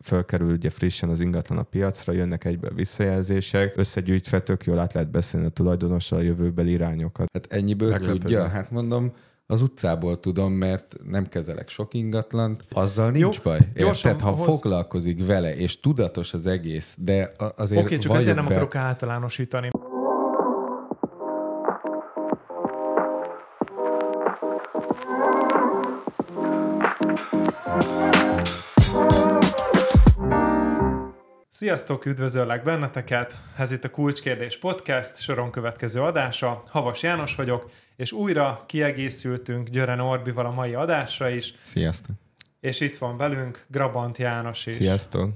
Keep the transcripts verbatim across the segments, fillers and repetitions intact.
fölkerül ugye frissen az ingatlan a piacra, jönnek egyből visszajelzések, összegyűjtve tök jól át lehet beszélni a tulajdonossal a jövőbeli irányokat. Hát ennyiből tudja, hát mondom, az utcából tudom, mert nem kezelek sok ingatlant, azzal nincs Jó, baj. Érted? Ha hoz... foglalkozik vele, és tudatos az egész, de azért Oké, csak ezért nem be... akarok általánosítani. Sziasztok, üdvözöllek benneteket! Ez itt a Kulcskérdés Podcast, soron következő adása. Havas János vagyok, és újra kiegészültünk Györe Norbival a mai adásra is. Sziasztok! És itt van velünk Grabant János is. Sziasztok!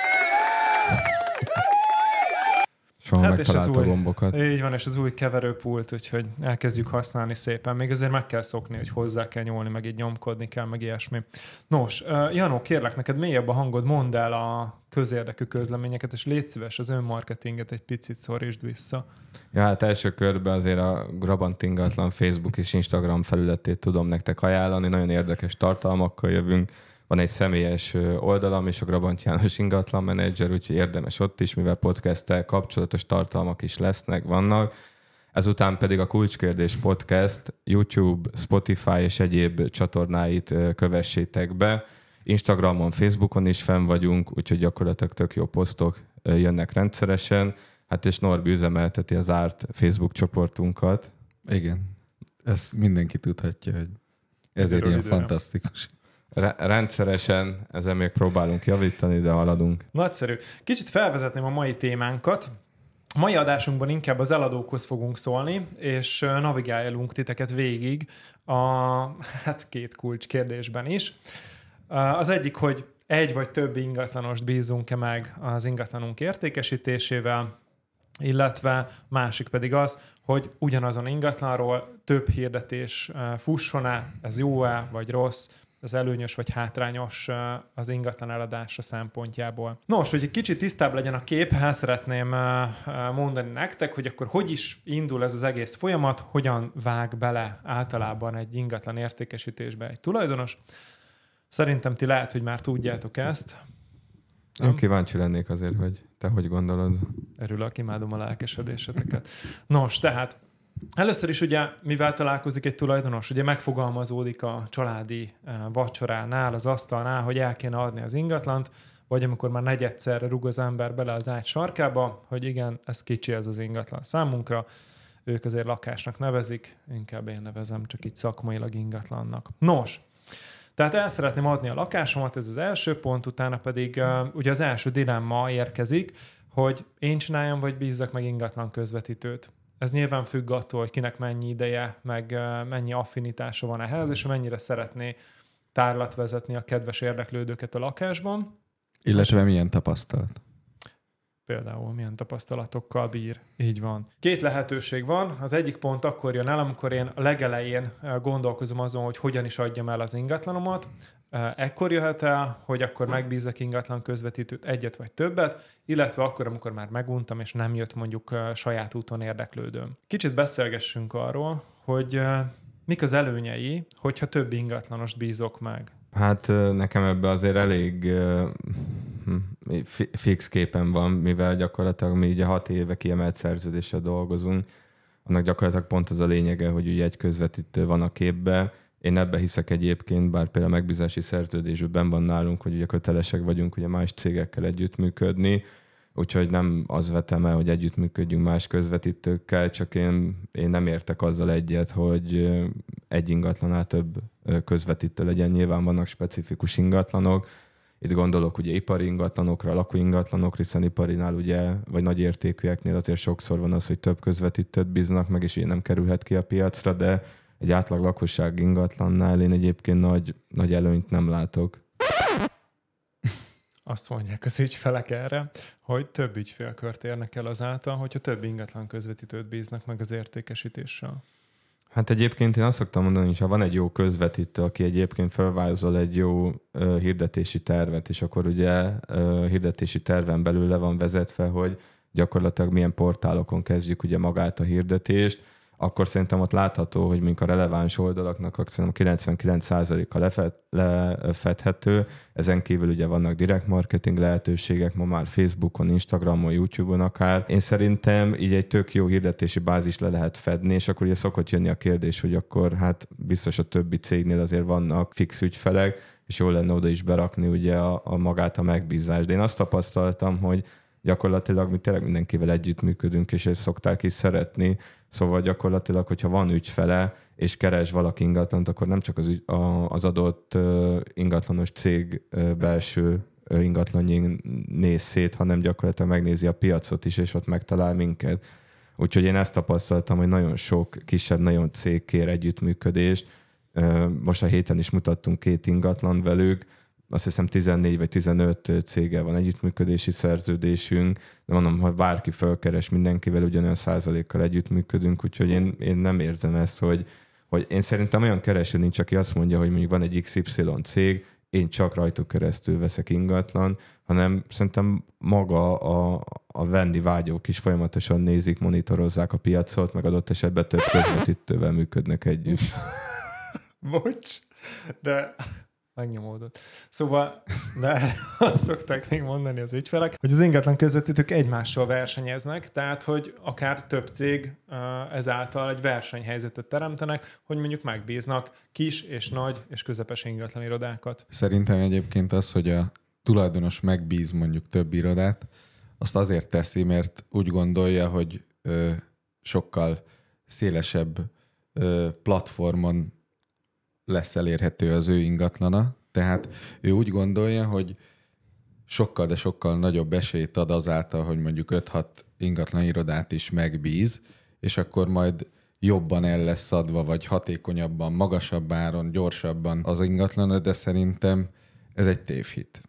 Soha hát megtalálta a gombokat. Így van, és az új keverőpult, úgyhogy elkezdjük használni szépen. Még azért meg kell szokni, hogy hozzá kell nyúlni, meg így nyomkodni kell, meg ilyesmi. Nos, Janó, kérlek, neked mélyebb a hangod, mondd el a közérdekű közleményeket, és légy szíves, az önmarketinget egy picit szorítsd vissza. Ja, hát első körben azért a Grabant ingatlan Facebook és Instagram felületét tudom nektek ajánlani, nagyon érdekes tartalmakkal jövünk. Van egy személyes oldalam, és a Grabant János ingatlan menedzser, úgyhogy érdemes ott is, mivel podcasttel kapcsolatos tartalmak is lesznek, vannak. Ezután pedig a Kulcskérdés Podcast YouTube, Spotify és egyéb csatornáit kövessétek be. Instagramon, Facebookon is fenn vagyunk, úgyhogy gyakorlatilag tök jó posztok jönnek rendszeresen. Hát és Norbi üzemelteti az zárt Facebook csoportunkat. Igen, ezt mindenki tudhatja, hogy ez egy ilyen fantasztikus. Rendszeresen ezen még próbálunk javítani, de haladunk. Nagyszerű. Kicsit felvezetném a mai témánkat. A mai adásunkban inkább az eladókhoz fogunk szólni, és navigálunk titeket végig a hát két kulcs kérdésben is. Az egyik, hogy egy vagy több ingatlanost bízunk-e meg az ingatlanunk értékesítésével, illetve másik pedig az, hogy ugyanazon ingatlanról több hirdetés fusson-e, ez jó-e vagy rossz, ez előnyös vagy hátrányos az ingatlan eladása szempontjából. Nos, hogy egy kicsit tisztább legyen a kép, el szeretném mondani nektek, hogy akkor hogy is indul ez az egész folyamat, hogyan vág bele általában egy ingatlan értékesítésbe egy tulajdonos. Szerintem ti lehet, hogy már tudjátok ezt. Én kíváncsi lennék azért, hogy te hogy gondolod. Örülök, imádom a lelkesedéseteket. Nos, tehát először is ugye, mivel találkozik egy tulajdonos, ugye megfogalmazódik a családi vacsoránál, az asztalnál, hogy el kéne adni az ingatlant, vagy amikor már negyedszerre rúg az ember bele az ágy sarkába, hogy igen, ez kicsi ez az ingatlan számunkra, ők azért lakásnak nevezik, inkább én nevezem csak így szakmailag ingatlannak. Nos, tehát el szeretném adni a lakásomat, ez az első pont, utána pedig uh, ugye az első dilemma érkezik, hogy én csináljam, vagy bízzak meg ingatlan közvetítőt. Ez nyilván függ attól, hogy kinek mennyi ideje, meg uh, mennyi affinitása van ehhez, és mennyire szeretné tárlatvezetni a kedves érdeklődőket a lakásban. Illetve milyen tapasztalat. Például milyen tapasztalatokkal bír. Így van. Két lehetőség van. Az egyik pont akkor jön el, amikor én a legelején gondolkozom azon, hogy hogyan is adjam el az ingatlanomat. Ekkor jöhet el, hogy akkor megbízzak ingatlan közvetítőt, egyet vagy többet, illetve akkor, amikor már meguntam, és nem jött mondjuk saját úton érdeklődőm. Kicsit beszélgessünk arról, hogy mik az előnyei, hogyha több ingatlanost bízok meg. Hát nekem ebbe azért elég fix képen van, mivel gyakorlatilag mi ugye hat éve kiemelt szerződéssel dolgozunk. Annak gyakorlatilag pont az a lényege, hogy ugye egy közvetítő van a képbe. Én ebbe hiszek egyébként, bár például a megbízási szerződésben van nálunk, hogy ugye kötelesek vagyunk ugye más cégekkel együttműködni, úgyhogy nem az vetem el, hogy együttműködjünk más közvetítőkkel, csak én, én nem értek azzal egyet, hogy egy ingatlanál több közvetítő legyen. Nyilván vannak specifikus ingatlanok, itt gondolok ugye ipari ingatlanokra, lakóingatlanokra, hiszen iparinál ugye, vagy nagy értékűeknél azért sokszor van az, hogy több közvetítőt bíznak meg, és így nem kerülhet ki a piacra, de egy átlag lakosság ingatlannál én egyébként nagy, nagy előnyt nem látok. Azt mondják az ügyfelek erre, hogy több ügyfélkört érnek el azáltal, hogyha több ingatlan közvetítőt bíznak meg az értékesítéssel. Hát egyébként én azt szoktam mondani, hogy ha van egy jó közvetítő, aki egyébként felvázol egy jó ö, hirdetési tervet, és akkor ugye ö, hirdetési terven belül le van vezetve, hogy gyakorlatilag milyen portálokon kezdjük ugye magát a hirdetést, akkor szerintem ott látható, hogy mink a releváns oldalaknak a kilencvenkilenc százaléka lefed, lefedhető. Ezen kívül ugye vannak direct marketing lehetőségek, ma már Facebookon, Instagramon, YouTube-on akár. Én szerintem így egy tök jó hirdetési bázis le lehet fedni, és akkor ugye szokott jönni a kérdés, hogy akkor hát biztos a többi cégnél azért vannak fix ügyfelek, és jól lenne oda is berakni ugye a, a magát a megbízást. De én azt tapasztaltam, hogy gyakorlatilag mi tényleg mindenkivel együttműködünk, és ezt szokták is szeretni. Szóval gyakorlatilag, hogyha van ügyfele, és keres valaki ingatlant, akkor nem csak az, ügy, a, az adott uh, ingatlanos cég uh, belső uh, ingatlanjén néz szét, hanem gyakorlatilag megnézi a piacot is, és ott megtalál minket. Úgyhogy én ezt tapasztaltam, hogy nagyon sok kisebb, nagyon cég kér együttműködést. Uh, most a héten is mutattunk két ingatlan velük, azt hiszem tizennégy vagy tizenöt céggel van együttműködési szerződésünk, de mondom, ha bárki felkeres, mindenkivel ugyanolyan százalékkal együttműködünk, úgyhogy én, én nem érzem ezt, hogy, hogy én szerintem olyan kereső nincs, aki azt mondja, hogy mondjuk van egy iksz ipszilon cég, én csak rajtuk keresztül veszek ingatlan, hanem szerintem maga a, a venni vágyók is folyamatosan nézik, monitorozzák a piacot, meg adott esetben több közvetítővel működnek együtt. Bocs, de... megnyomódott. Szóval, de azt szokták még mondani az ügyfelek, hogy az ingatlan közvetítők egymással versenyeznek, tehát, hogy akár több cég ezáltal egy versenyhelyzetet teremtenek, hogy mondjuk megbíznak kis és nagy és közepes ingatlan irodákat. Szerintem egyébként az, hogy a tulajdonos megbíz mondjuk több irodát, azt azért teszi, mert úgy gondolja, hogy ö, sokkal szélesebb ö, platformon lesz elérhető az ő ingatlana, tehát ő úgy gondolja, hogy sokkal, de sokkal nagyobb esélyt ad azáltal, hogy mondjuk öt-hat ingatlan irodát is megbíz, és akkor majd jobban el lesz adva, vagy hatékonyabban, magasabb áron, gyorsabban az ingatlana, de szerintem ez egy tévhit.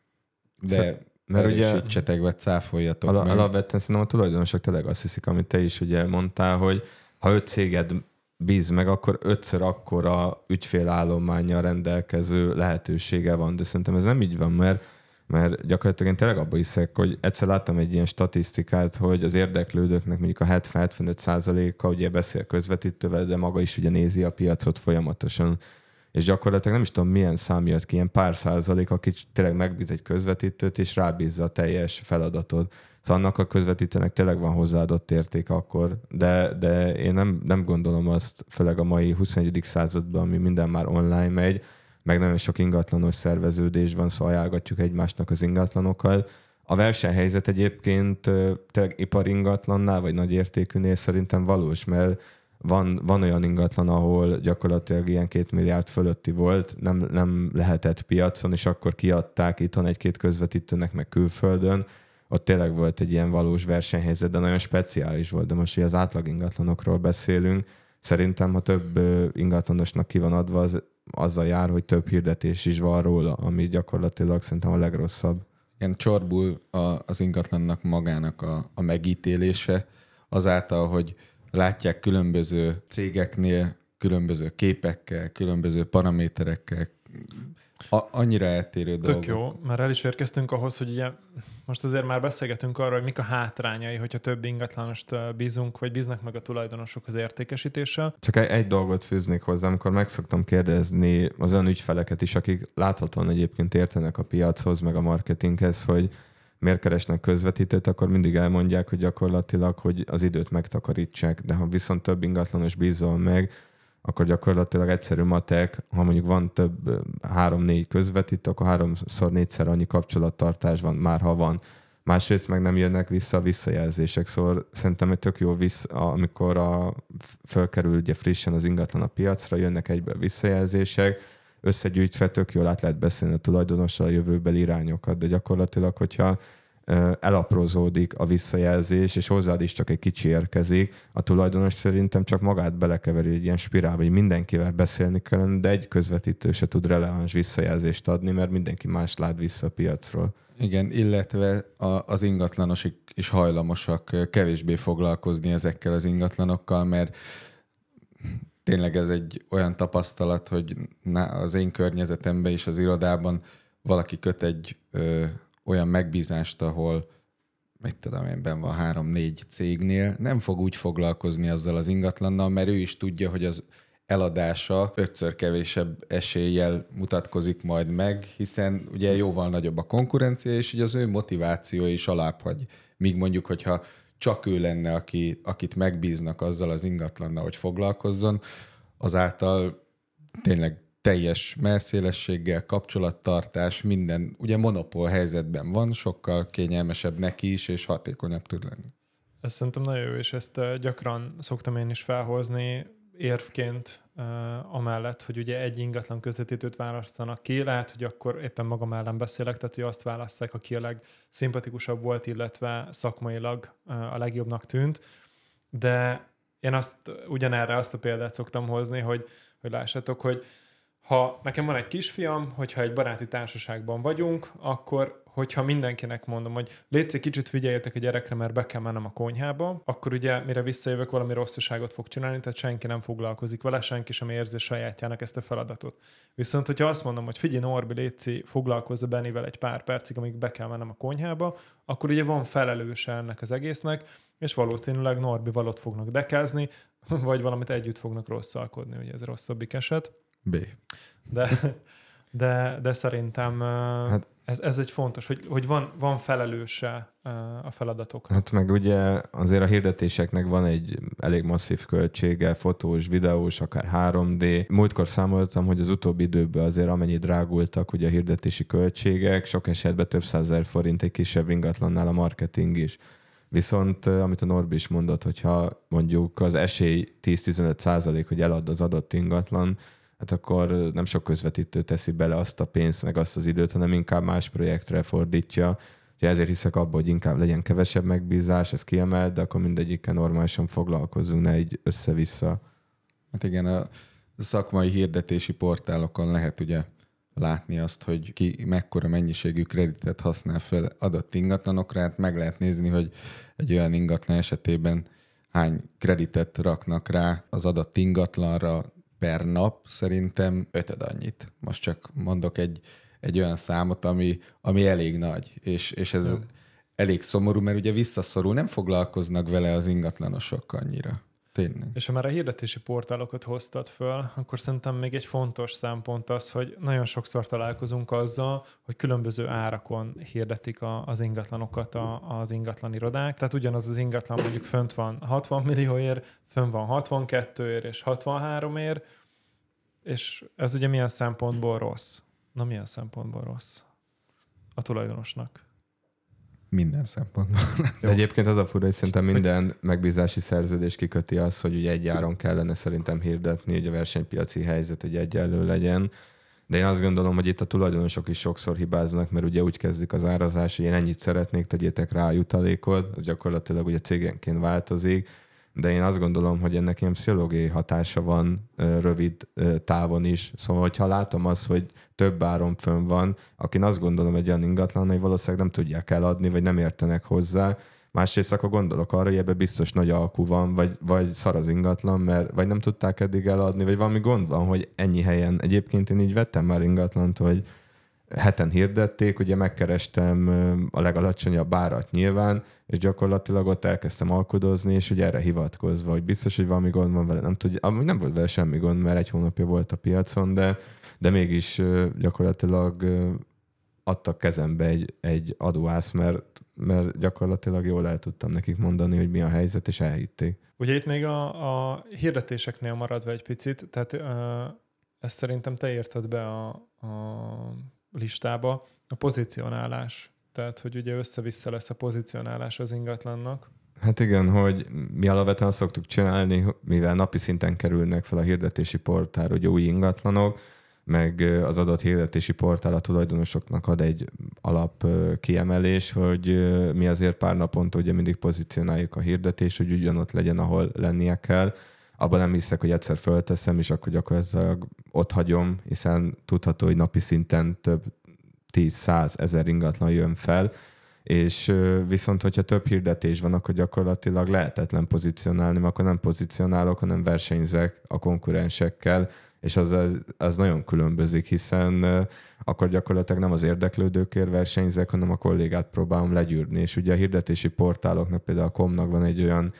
De mert erősítsetek, vagy cáfoljatok al- meg. Alapvetően szerintem a tulajdonosok tényleg azt hiszik, amit te is ugye mondtál, hogy ha öt céged bíz meg, akkor ötször akkora ügyfélállománnyal rendelkező lehetősége van, de szerintem ez nem így van, mert, mert gyakorlatilag én tényleg abba hiszek, hogy egyszer láttam egy ilyen statisztikát, hogy az érdeklődőknek mondjuk a hetven-hetvenöt százaléka ugye beszél közvetítővel, de maga is ugye nézi a piacot folyamatosan. És gyakorlatilag nem is tudom, milyen szám jött ki, ilyen pár százalék, aki tényleg megbíz egy közvetítőt, és rábízza a teljes feladatot. Szóval annak a közvetítőnek tényleg van hozzáadott érték akkor, de, de én nem, nem gondolom azt, főleg a mai huszonegyedik században, ami minden már online megy, meg nagyon sok ingatlanos szerveződés van, szóval ajánlgatjuk egymásnak az ingatlanokat. A versenyhelyzet egyébként tényleg iparingatlannál, vagy nagyértékűnél szerintem valós, mert van, van olyan ingatlan, ahol gyakorlatilag ilyen két milliárd fölötti volt, nem, nem lehetett piacon, és akkor kiadták itthon egy-két közvetítőnek, meg külföldön. Ott tényleg volt egy ilyen valós versenyhelyzet, de nagyon speciális volt. De most, hogy az átlag ingatlanokról beszélünk, szerintem, ha több ingatlanosnak ki van adva, az, azzal jár, hogy több hirdetés is van róla, ami gyakorlatilag szerintem a legrosszabb. Igen, csorbul a, az ingatlannak magának a, a megítélése azáltal, hogy látják különböző cégeknél, különböző képekkel, különböző paraméterekkel, a, annyira eltérő Tök dolgok. jó, mert el is érkeztünk ahhoz, hogy ugye most azért már beszélgetünk arról, hogy mik a hátrányai, hogyha több ingatlanost bízunk, vagy bíznak meg a tulajdonosok az értékesítéssel. Csak egy, egy dolgot fűznék hozzá, amikor meg szoktam kérdezni az olyan ügyfeleket is, akik láthatóan egyébként értenek a piachoz, meg a marketinghez, hogy miért keresnek közvetítőt, akkor mindig elmondják, hogy gyakorlatilag, hogy az időt megtakarítsák, de ha viszont több ingatlanos bízol meg, akkor gyakorlatilag egyszerű matek, ha mondjuk van több három-négy közvetítő, akkor háromszor, négyszer annyi kapcsolattartás van, már ha van. Másrészt meg nem jönnek vissza a visszajelzések, szóval szerintem egy tök jó, vissza, amikor a, fölkerül ugye frissen az ingatlan a piacra, jönnek egyből visszajelzések, összegyűjtve tök jól át lehet beszélni a tulajdonossal a jövőbeli irányokat, de gyakorlatilag, hogyha elaprózódik a visszajelzés, és hozzád is csak egy kicsi érkezik, a tulajdonos szerintem csak magát belekeveri egy ilyen spirálba, hogy mindenkivel beszélni kellene, de egy közvetítő se tud releváns visszajelzést adni, mert mindenki más lát vissza a piacról. Igen, illetve a, az ingatlanosok is hajlamosak kevésbé foglalkozni ezekkel az ingatlanokkal, mert tényleg ez egy olyan tapasztalat, hogy az én környezetemben és az irodában valaki köt egy ö, olyan megbízást, ahol mit tudom én, benn van három-négy cégnél, nem fog úgy foglalkozni azzal az ingatlannal, mert ő is tudja, hogy az eladása ötször kevésebb eséllyel mutatkozik majd meg, hiszen ugye jóval nagyobb a konkurencia, és ugye az ő motiváció is alábbhagy. Míg mondjuk, hogyha csak ő lenne, aki, akit megbíznak azzal az ingatlannal, hogy foglalkozzon, azáltal tényleg teljes mellszélességgel, kapcsolattartás, minden, ugye monopól helyzetben van, sokkal kényelmesebb neki is, és hatékonyabb tud lenni. Ez szerintem nagyon jó, és ezt gyakran szoktam én is felhozni érvként uh, amellett, hogy ugye egy ingatlan közvetítőt választanak ki, lehet, hogy akkor éppen magam ellen beszélek, tehát hogy azt válasszák, aki a legszimpatikusabb volt, illetve szakmailag uh, a legjobbnak tűnt, de én azt ugyanerre azt a példát szoktam hozni, hogy, hogy lássátok, hogy ha nekem van egy kisfiam, hogyha egy baráti társaságban vagyunk, akkor hogyha mindenkinek mondom, hogy légy kicsit figyeljetek a gyerekre, mert be kell mennem a konyhába, akkor ugye mire visszajövök, valami rosszaságot fog csinálni, tehát senki nem foglalkozik vele, senki sem érzi sajátjának ezt a feladatot. Viszont, hogyha azt mondom, hogy figyelj Norbi, légy foglalkozz Bennivel egy pár percig, amíg be kell mennem a konyhába, akkor ugye van felelőse ennek az egésznek, és valószínűleg Norbival ott fognak dekázni, vagy valamit együtt fognak rosszalkodni, ugye ez rosszabbik eset. B. De, de, de szerintem hát, ez, ez egy fontos, hogy, hogy van, van felelőse a feladatoknak. Hát meg ugye azért a hirdetéseknek van egy elég masszív költsége, fotós, videós, akár három dé. Múltkor számoltam, hogy az utóbbi időben azért amennyi drágultak ugye a hirdetési költségek, sok esetben több százezer forint egy kisebb ingatlannál a marketing is. Viszont, amit a Norbi is mondott, hogyha mondjuk az esély tíz-tizenöt százalék, hogy elad az adott ingatlan, hát akkor nem sok közvetítő teszi bele azt a pénzt, meg azt az időt, hanem inkább más projektre fordítja. Úgyhogy ezért hiszek abban, hogy inkább legyen kevesebb megbízás, ez kiemelt, de akkor mindegyikkel normálisan foglalkozunk, ne így össze-vissza. Hát igen, a szakmai hirdetési portálokon lehet ugye látni azt, hogy ki mekkora mennyiségű kreditet használ fel adott ingatlanokra, hát meg lehet nézni, hogy egy olyan ingatlan esetében hány kreditet raknak rá az adott ingatlanra per nap, szerintem ötöd annyit. Most csak mondok egy, egy olyan számot, ami, ami elég nagy, és, és ez ja. elég szomorú, mert ugye visszaszorul, nem foglalkoznak vele az ingatlanosok annyira. Tényleg. És ha már a hirdetési portálokat hoztad föl, akkor szerintem még egy fontos szempont az, hogy nagyon sokszor találkozunk azzal, hogy különböző árakon hirdetik a, az ingatlanokat a, az ingatlan irodák. Tehát ugyanaz az ingatlan mondjuk fönt van hatvan millióért, fönn van hatvankettőért és hatvanháromért, és ez ugye milyen szempontból rossz? Na milyen szempontból rossz? A tulajdonosnak. Minden szempontból. De egyébként az a fura, hogy szerintem minden megbízási szerződés kiköti azt, hogy ugye egy áron kellene szerintem hirdetni, hogy a versenypiaci helyzet ugye egyenlő legyen. De én azt gondolom, hogy itt a tulajdonosok is sokszor hibáznak, mert ugye úgy kezdik az árazás, hogy én ennyit szeretnék, tegyétek rá a jutalékot, az gyakorlatilag ugye cégenként változik, de én azt gondolom, hogy ennek ilyen pszichológiai hatása van rövid távon is. Szóval, hogyha látom azt, hogy több áron fönn van, akin azt gondolom egy olyan ingatlan, hogy valószínűleg nem tudják eladni, vagy nem értenek hozzá. Másrészt akkor gondolok arra, hogy ebben biztos nagy alkú van, vagy, vagy szar az ingatlan, mert vagy nem tudták eddig eladni, vagy valami gond van, hogy ennyi helyen. Egyébként én így vettem már ingatlant, hogy heten hirdették, ugye megkerestem a legalacsonyabb árat nyilván, és gyakorlatilag ott elkezdtem alkudozni, és ugye erre hivatkozva, hogy biztos, hogy valami gond van vele, nem tudja, amúgy nem volt vele semmi gond, mert egy hónapja volt a piacon, de, de mégis gyakorlatilag adtak kezembe egy, egy adóász, mert, mert gyakorlatilag jól el tudtam nekik mondani, hogy mi a helyzet, és elhitték. Ugye itt még a, a hirdetéseknél maradva egy picit, tehát uh, ezt szerintem te írtad be a, a listába, a pozicionálás. Tehát, hogy ugye össze-vissza lesz a pozicionálás az ingatlannak. Hát igen, hogy mi alapvetően azt szoktuk csinálni, mivel napi szinten kerülnek fel a hirdetési portálra ugye új ingatlanok, meg az adott hirdetési portál a tulajdonosoknak ad egy alap kiemelés, hogy mi azért pár naponta ugye mindig pozícionáljuk a hirdetést, hogy ugyanott legyen, ahol lennie kell. Abban nem hiszek, hogy egyszer fölteszem, és akkor gyakorlatilag ott hagyom, hiszen tudható, hogy napi szinten több tíz, száz, ezer ingatlan jön fel, És viszont, hogyha több hirdetés van, akkor gyakorlatilag lehetetlen pozícionálni, mert akkor nem pozícionálok, hanem versenyzek a konkurensekkel, és az, az nagyon különbözik, hiszen akkor gyakorlatilag nem az érdeklődőkért versenyzek, hanem a kollégát próbálom legyűrni. És ugye a hirdetési portáloknak, például a komnak van egy olyan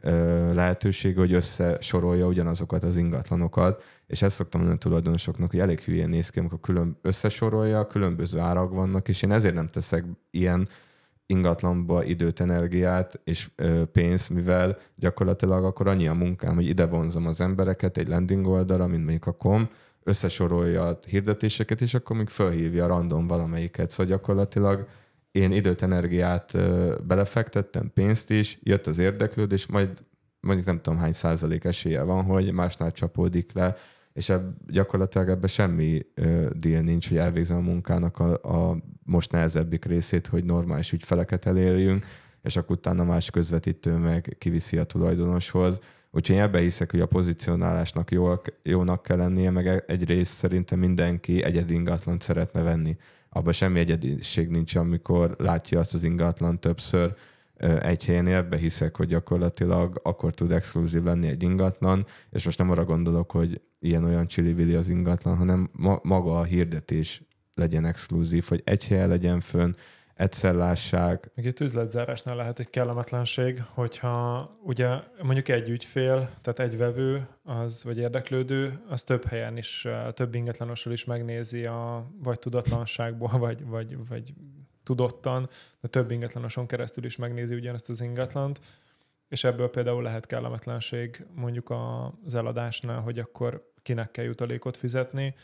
ö, lehetőség, hogy összesorolja ugyanazokat az ingatlanokat, és ezt szoktam mondani a tulajdonosoknak, hogy elég hülyén néz ki, amikor külön, összesorolja, különböző árak vannak, és én ezért nem teszek ilyen ingatlanba időt, energiát és ö, pénzt, mivel gyakorlatilag akkor annyi a munkám, hogy ide vonzom az embereket egy landing oldalra, mint mondjuk a kom, összesorolja a hirdetéseket, és akkor még felhívja random valamelyiket. Szóval gyakorlatilag én időt, energiát ö, belefektettem, pénzt is, jött az érdeklődés, majd mondjuk nem tudom hány százalék esélye van, hogy másnál csapódik le, és ebb, gyakorlatilag ebben semmi ö, deal nincs, hogy elvégzem a munkának a, a most nehezebbik részét, hogy normális ügyfeleket elérjünk, és akkor utána más közvetítő meg kiviszi a tulajdonoshoz. Úgyhogy ebben hiszek, hogy a pozicionálásnak jól, jónak kell lennie, meg egyrészt szerintem mindenki egyedi ingatlant szeretne venni. Abban semmi egyediség nincs, amikor látja azt az ingatlan többször egy helyen, ebbe hiszek, hogy gyakorlatilag akkor tud exkluzív lenni egy ingatlan, és most nem arra gondolok, hogy ilyen-olyan csili-vili az ingatlan, hanem ma- maga a hirdetés legyen exkluzív, hogy egy helyen legyen fönn, egyszer lássák. Még itt üzletzárásnál lehet egy kellemetlenség, hogyha ugye mondjuk egy ügyfél, tehát egy vevő, az, vagy érdeklődő, az több helyen is, több ingatlanosról is megnézi a, vagy tudatlanságból, vagy, vagy, vagy tudottan, de több ingatlanoson keresztül is megnézi ugyanezt az ingatlant, és ebből például lehet kellemetlenség mondjuk az eladásnál, hogy akkor kinek kell jutalékot fizetni.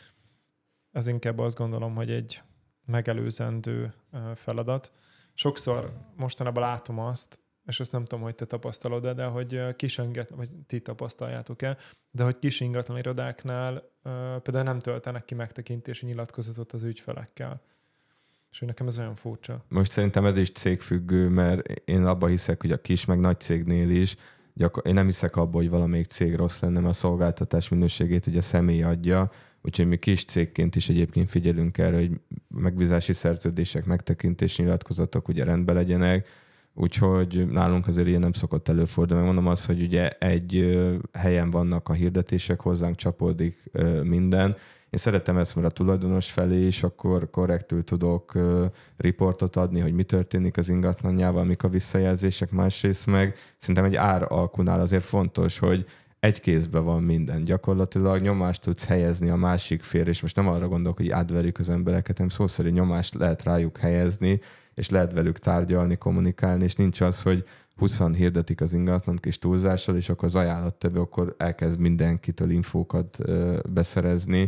Ez inkább azt gondolom, hogy egy megelőzendő feladat. Sokszor mostanában látom azt, és ezt nem tudom, hogy te tapasztalod-e, de hogy kis ingatlan, vagy ti tapasztaljátok-e, de hogy kis ingatlan irodáknál például nem töltenek ki megtekintési nyilatkozatot az ügyfelekkel. És hogy nekem ez olyan furcsa. Most szerintem ez is cégfüggő, mert én abban hiszek, hogy a kis meg nagy cégnél is, gyakor- én nem hiszek abban, hogy valamelyik cég rossz lenne, mert a szolgáltatás minőségét ugye a személy adja, úgyhogy mi kis cégként is egyébként figyelünk erre, hogy megbízási szerződések, megtekintési nyilatkozatok ugye rendben legyenek, úgyhogy nálunk azért ilyen nem szokott előfordulni. Megmondom azt, hogy ugye egy helyen vannak a hirdetések, hozzánk csapódik minden. Én szeretem ezt, mert a tulajdonos felé is akkor korrektül tudok uh, riportot adni, hogy mi történik az ingatlanjával, mik a visszajelzések, másrészt meg szerintem egy áralkunál azért fontos, hogy egy kézben van minden. Gyakorlatilag nyomást tudsz helyezni a másik félre, és most nem arra gondolok, hogy átverjük az embereket, hanem szó szerint nyomást lehet rájuk helyezni, és lehet velük tárgyalni, kommunikálni, és nincs az, hogy húszan hirdetik az ingatlant kis túlzással, és akkor az ajánlattevő akkor elkezd mindenkitől infókat uh, beszerezni.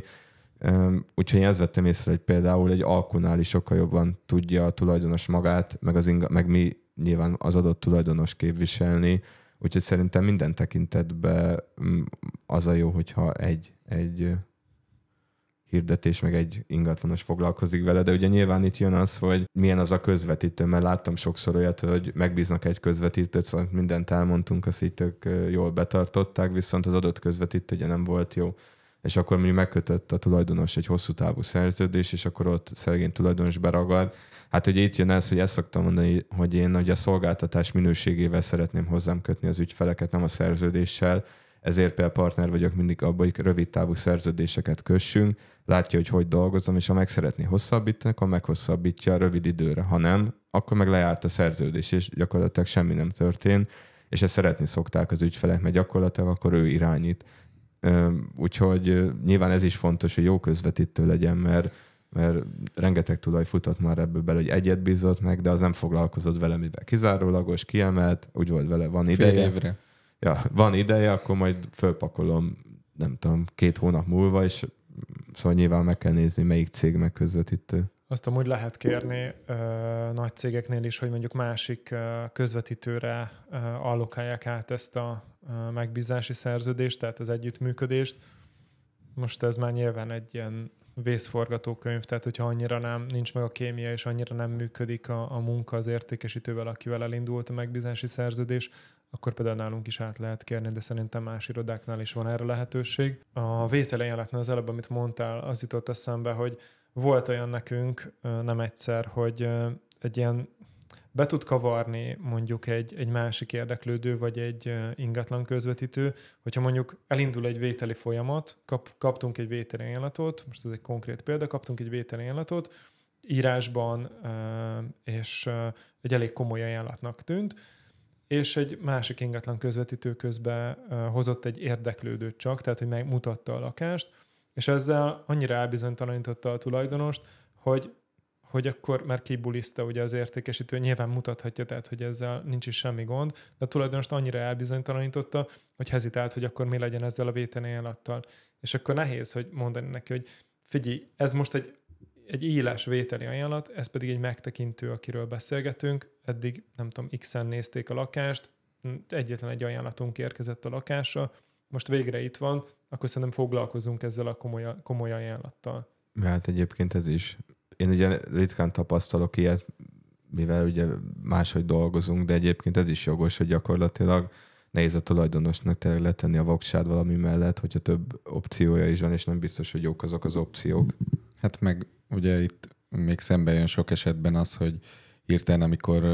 Um, úgyhogy én ezt vettem észre, hogy például egy alkunál is sokkal jobban tudja a tulajdonos magát, meg, az inga, meg mi nyilván az adott tulajdonos képviselni, úgyhogy szerintem minden tekintetben az a jó, hogyha egy, egy hirdetés, meg egy ingatlanos foglalkozik vele, de ugye nyilván itt jön az, hogy milyen az a közvetítő, mert láttam sokszor olyat, hogy megbíznak egy közvetítőt, szóval mindent elmondtunk, azt így tök jól betartották, viszont az adott közvetítő ugye nem volt jó. És akkor mondjuk megkötött a tulajdonos egy hosszú távú szerződés, és akkor ott szegény tulajdonos beragad. Hát ugye itt jön ez, hogy ezt szoktam mondani, hogy én ugye a szolgáltatás minőségével szeretném hozzám kötni az ügyfeleket, nem a szerződéssel. Ezért például partner vagyok mindig abban, hogy rövid távú szerződéseket kössünk, látja, hogy hogy dolgozom, és ha meg szeretné hosszabbítani, akkor meghosszabbítja rövid időre. Ha nem, akkor meg lejárt a szerződés, és gyakorlatilag semmi nem történt, és ezt szeretni szokták az ügyfelek, mert gyakorlatilag akkor ő irányít. Úgyhogy nyilván ez is fontos, hogy jó közvetítő legyen, mert, mert rengeteg tulaj futott már ebből bele, hogy egyet bízott meg, de az nem foglalkozott vele, mivel kizárólagos, kiemelt, úgy volt vele, van ideje. Fél évre. Ja, van ideje, akkor majd fölpakolom, nem tudom, két hónap múlva, és szóval nyilván meg kell nézni, melyik cég meg közvetítő. Azt amúgy lehet kérni ö, nagy cégeknél is, hogy mondjuk másik ö, közvetítőre ö, allokálják át ezt a ö, megbízási szerződést, tehát az együttműködést. Most ez már nyilván egy ilyen vészforgatókönyv, tehát hogyha annyira nem, nincs meg a kémia, és annyira nem működik a, a munka az értékesítővel, akivel elindult a megbízási szerződés, akkor például nálunk is át lehet kérni, de szerintem más irodáknál is van erre lehetőség. A vételajánlatnál az előbb, amit mondtál, az jutott eszembe, hogy volt olyan nekünk, nem egyszer, hogy egy ilyen be tud kavarni mondjuk egy, egy másik érdeklődő, vagy egy ingatlan közvetítő, hogyha mondjuk elindul egy vételi folyamat, kap, kaptunk egy vételi ajánlatot, most ez egy konkrét példa, kaptunk egy vételi ajánlatot, írásban, és egy elég komoly ajánlatnak tűnt, és egy másik ingatlan közvetítő közben hozott egy érdeklődőt csak, tehát hogy megmutatta a lakást, és ezzel annyira elbizonytalanította a tulajdonost, hogy, hogy akkor már kibuliszta ugye az értékesítő, nyilván mutathatja, tehát hogy ezzel nincs is semmi gond, de a tulajdonost annyira elbizonytalanította, hogy hezitált, hogy akkor mi legyen ezzel a vételi ajánlattal. És akkor nehéz, hogy mondani neki, hogy figyelj, ez most egy egy éles vételi ajánlat, ez pedig egy megtekintő, akiről beszélgetünk. Eddig, nem tudom, X-en nézték a lakást, egyetlen egy ajánlatunk érkezett a lakásra, most végre itt van, akkor szerintem foglalkozunk ezzel a komoly, komoly ajánlattal. Hát egyébként ez is. Én ugye ritkán tapasztalok ilyet, mivel ugye máshogy dolgozunk, de egyébként ez is jogos, hogy gyakorlatilag nehéz a tulajdonosnak tényleg letenni a voksát valami mellett, hogyha több opciója is van, és nem biztos, hogy jók azok az opciók. Hát meg ugye itt még szembe jön sok esetben az, hogy hirtelen, amikor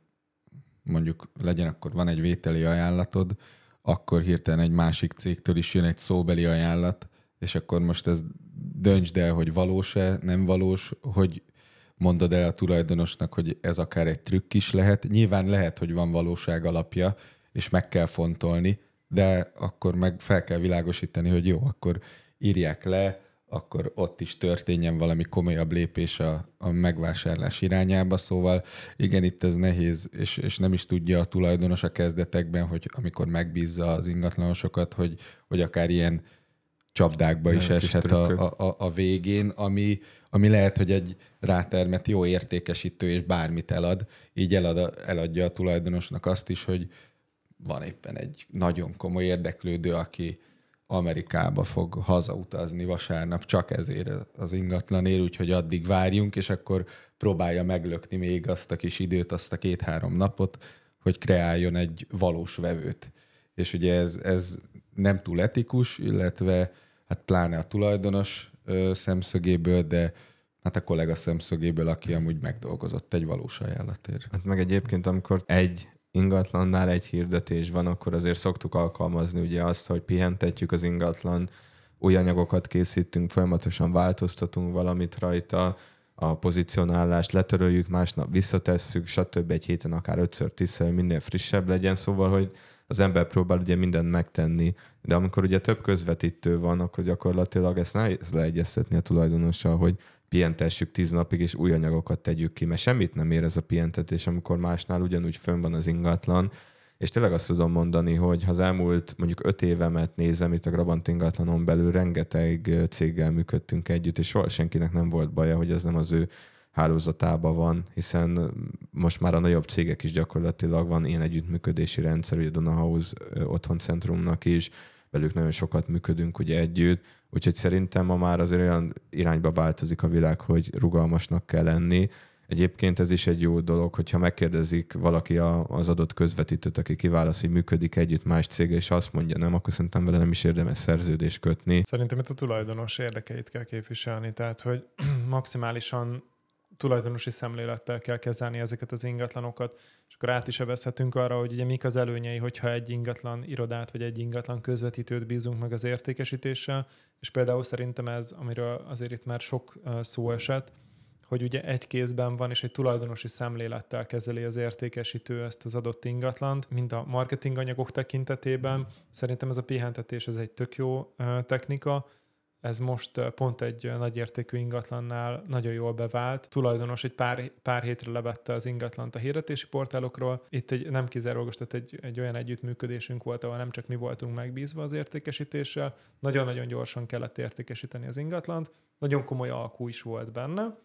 mondjuk legyen, akkor van egy vételi ajánlatod, akkor hirtelen egy másik cégtől is jön egy szóbeli ajánlat, és akkor most ez döntsd el, hogy valós-e, nem valós, hogy mondod el a tulajdonosnak, hogy ez akár egy trükk is lehet. Nyilván lehet, hogy van valóság alapja, és meg kell fontolni, de akkor meg fel kell világosítani, hogy jó, akkor írják le, akkor ott is történjen valami komolyabb lépés a, a megvásárlás irányába. Szóval igen, itt ez nehéz, és, és nem is tudja a tulajdonos a kezdetekben, hogy amikor megbízza az ingatlanosokat, hogy, hogy akár ilyen csapdákba nem is eshet a, a, a végén, ami, ami lehet, hogy egy rátermet jó értékesítő, és bármit elad, így elad, eladja a tulajdonosnak azt is, hogy van éppen egy nagyon komoly érdeklődő, aki Amerikába fog hazautazni vasárnap csak ezért az ingatlanért, úgyhogy addig várjunk, és akkor próbálja meglökni még azt a kis időt, azt a két-három napot, hogy kreáljon egy valós vevőt. És ugye ez, ez nem túl etikus, illetve hát pláne a tulajdonos ö, szemszögéből, de hát a kollega szemszögéből, aki amúgy megdolgozott egy valós ajánlatért. Hát meg egyébként, amikor egy ingatlannál egy hirdetés van, akkor azért szoktuk alkalmazni ugye azt, hogy pihentetjük az ingatlan, új anyagokat készítünk, folyamatosan változtatunk valamit rajta, a pozicionálást letöröljük, másnap visszatesszük, stb. Egy héten akár ötször, tízszer, minél frissebb legyen, szóval, hogy az ember próbál ugye mindent megtenni, de amikor ugye több közvetítő van, akkor gyakorlatilag ezt nehéz leegyeztetni a tulajdonossal, hogy pihentessük tíz napig, és új anyagokat tegyük ki, mert semmit nem ér ez a pihentetés, amikor másnál ugyanúgy fönn van az ingatlan, és tényleg azt tudom mondani, hogy ha az elmúlt mondjuk öt évemet nézem, itt a Grabant ingatlanon belül rengeteg céggel működtünk együtt, és soha senkinek nem volt baja, hogy ez nem az ő hálózatában van, hiszen most már a nagyobb cégek is gyakorlatilag van ilyen együttműködési rendszer, ugye Donahouse otthoncentrumnak is, velük nagyon sokat működünk ugye együtt, úgyhogy szerintem ma már azért olyan irányba változik a világ, hogy rugalmasnak kell lenni. Egyébként ez is egy jó dolog, hogyha megkérdezik valaki a, az adott közvetítőt, aki kiválasz, hogy működik együtt más céggel, és azt mondja nem, akkor szerintem vele nem is érdemes szerződést kötni. Szerintem itt a tulajdonos érdekeit kell képviselni, tehát hogy maximálisan tulajdonosi szemlélettel kell kezelni ezeket az ingatlanokat, és akkor át is evezhetünk arra, hogy ugye mik az előnyei, hogyha egy ingatlan irodát, vagy egy ingatlan közvetítőt bízunk meg az értékesítéssel, és például szerintem ez, amiről azért itt már sok szó esett, hogy ugye egy kézben van, és egy tulajdonosi szemlélettel kezeli az értékesítő ezt az adott ingatlant, mint a marketinganyagok tekintetében. Szerintem ez a pihentetés, ez egy tök jó technika. Ez most pont egy nagyértékű ingatlannál nagyon jól bevált. Tulajdonos egy pár, pár hétre levette az ingatlant a hirdetési portálokról. Itt egy, nem kizárólagos, tehát egy, egy olyan együttműködésünk volt, ahol nem csak mi voltunk megbízva az értékesítéssel, nagyon-nagyon gyorsan kellett értékesíteni az ingatlant, nagyon komoly alkú is volt benne,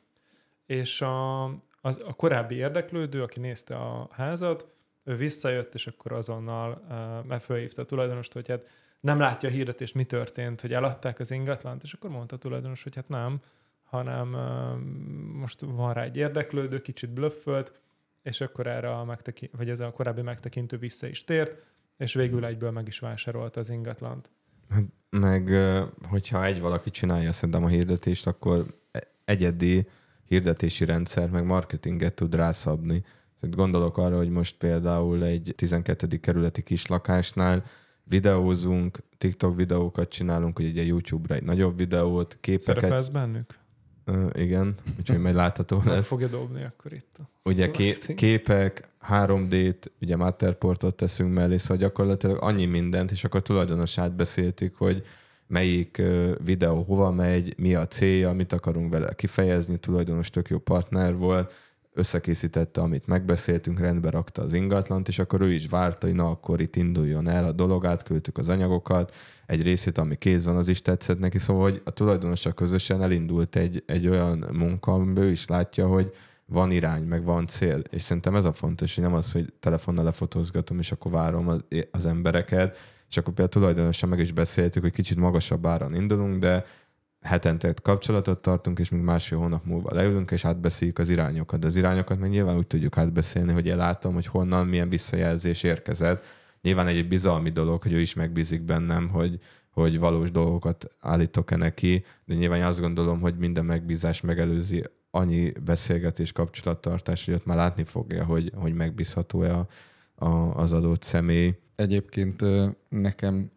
és a, az, a korábbi érdeklődő, aki nézte a házat, ő visszajött, és akkor azonnal uh, fölhívta a tulajdonost, hogy hát nem látja a hirdetést, mi történt, hogy eladták az ingatlant, és akkor mondta a tulajdonos, hogy hát nem, hanem uh, most van rá egy érdeklődő, kicsit blöffölt, és akkor erre a megtekint, vagy ez a korábbi megtekintő vissza is tért, és végül egyből meg is vásárolta az ingatlant. Meg, hogyha egy valaki csinálja szerintem a hirdetést, akkor egyedi hirdetési rendszer, meg marketinget tud rászabni. Szóval gondolok arra, hogy most például egy tizenkettedik kerületi kislakásnál videózunk, TikTok videókat csinálunk, hogy ugye YouTube-ra egy nagyobb videót, képeket. Szerepelsz bennük? Uh, igen, úgyhogy majd látható lesz. Meg fogja dobni akkor itt. Ugye ké- képek, három dét, ugye Matterportot teszünk mellé, szóval gyakorlatilag annyi mindent, és akkor tulajdonosát beszéltük, hogy melyik uh, videó hova megy, mi a célja, mit akarunk vele kifejezni, tulajdonos tök jó partner volt, összekészítette, amit megbeszéltünk, rendbe rakta az ingatlant, és akkor ő is várta, hogy na akkor itt induljon el a dolog, átküldtük az anyagokat, egy részét, ami kész van, az is tetszett neki, szóval hogy a tulajdonossal közösen elindult egy, egy olyan munka, amiben ő is látja, hogy van irány, meg van cél, és szerintem ez a fontos, hogy nem az, hogy telefonnal lefotózgatom, és akkor várom az, az embereket, és akkor például tulajdonossal meg is beszéltük, hogy kicsit magasabb áron indulunk, de hetente kapcsolatot tartunk, és még másfél hónap múlva leülünk, és átbeszéljük az irányokat. De az irányokat meg nyilván úgy tudjuk átbeszélni, hogy ellátom, hogy honnan, milyen visszajelzés érkezett. Nyilván egy bizalmi dolog, hogy ő is megbízik bennem, hogy, hogy valós dolgokat állítok-e neki, de nyilván azt gondolom, hogy minden megbízás megelőzi annyi beszélgetés, kapcsolattartás, hogy ott már látni fogja, hogy, hogy megbízható-e a, a, az adott személy. Egyébként nekem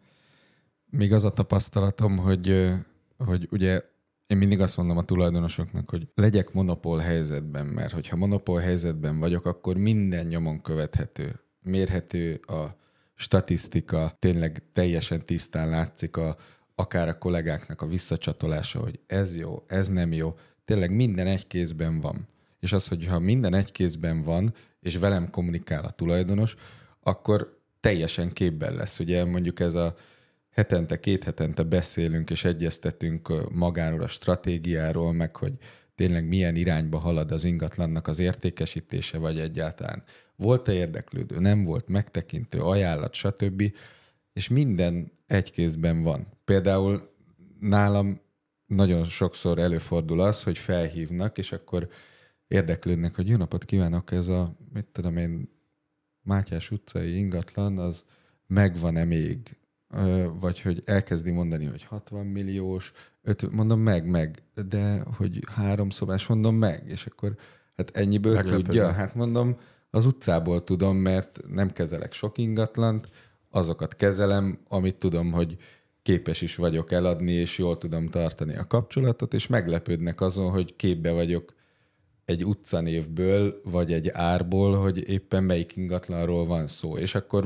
még az a tapasztalatom, hogy hogy ugye én mindig azt mondom a tulajdonosoknak, hogy legyek monopól helyzetben, mert hogyha monopól helyzetben vagyok, akkor minden nyomon követhető, mérhető a statisztika, tényleg teljesen tisztán látszik a, akár a kollégáknak a visszacsatolása, hogy ez jó, ez nem jó, tényleg minden egy kézben van. És az, hogyha minden egy kézben van, és velem kommunikál a tulajdonos, akkor teljesen képben lesz. Ugye mondjuk ez a hetente, két hetente beszélünk és egyeztetünk magáról a stratégiáról, meg hogy tényleg milyen irányba halad az ingatlannak az értékesítése, vagy egyáltalán volt-e érdeklődő, nem volt, megtekintő, ajánlat, stb. És minden egy kézben van. Például nálam nagyon sokszor előfordul az, hogy felhívnak, és akkor érdeklődnek, hogy jó napot kívánok, ez a, mit tudom én, Mátyás utcai ingatlan, az megvan-e még? Vagy hogy elkezdi mondani, hogy hatvan milliós, öt, mondom meg, meg, de hogy három szobás, mondom meg, és akkor hát ennyiből Meglepődne. tudja, hát mondom, az utcából tudom, mert nem kezelek sok ingatlant, azokat kezelem, amit tudom, hogy képes is vagyok eladni, és jól tudom tartani a kapcsolatot, és meglepődnek azon, hogy képbe vagyok egy utcanévből, vagy egy árból, hogy éppen melyik ingatlanról van szó, és akkor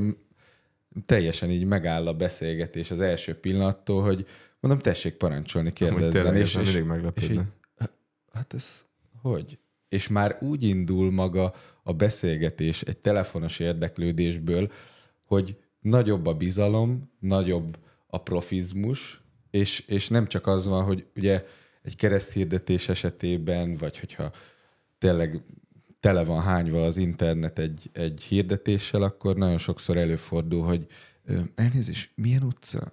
teljesen így megáll a beszélgetés az első pillanattól, hogy mondom, tessék parancsolni, kérdezzen. És, és, és így, hát ez hogy? És már úgy indul maga a beszélgetés egy telefonos érdeklődésből, hogy nagyobb a bizalom, nagyobb a profizmus, és, és nem csak az van, hogy ugye egy kereszthirdetés esetében, vagy hogyha tényleg tele van hányva az internet egy, egy hirdetéssel, akkor nagyon sokszor előfordul, hogy elnézést, milyen utca?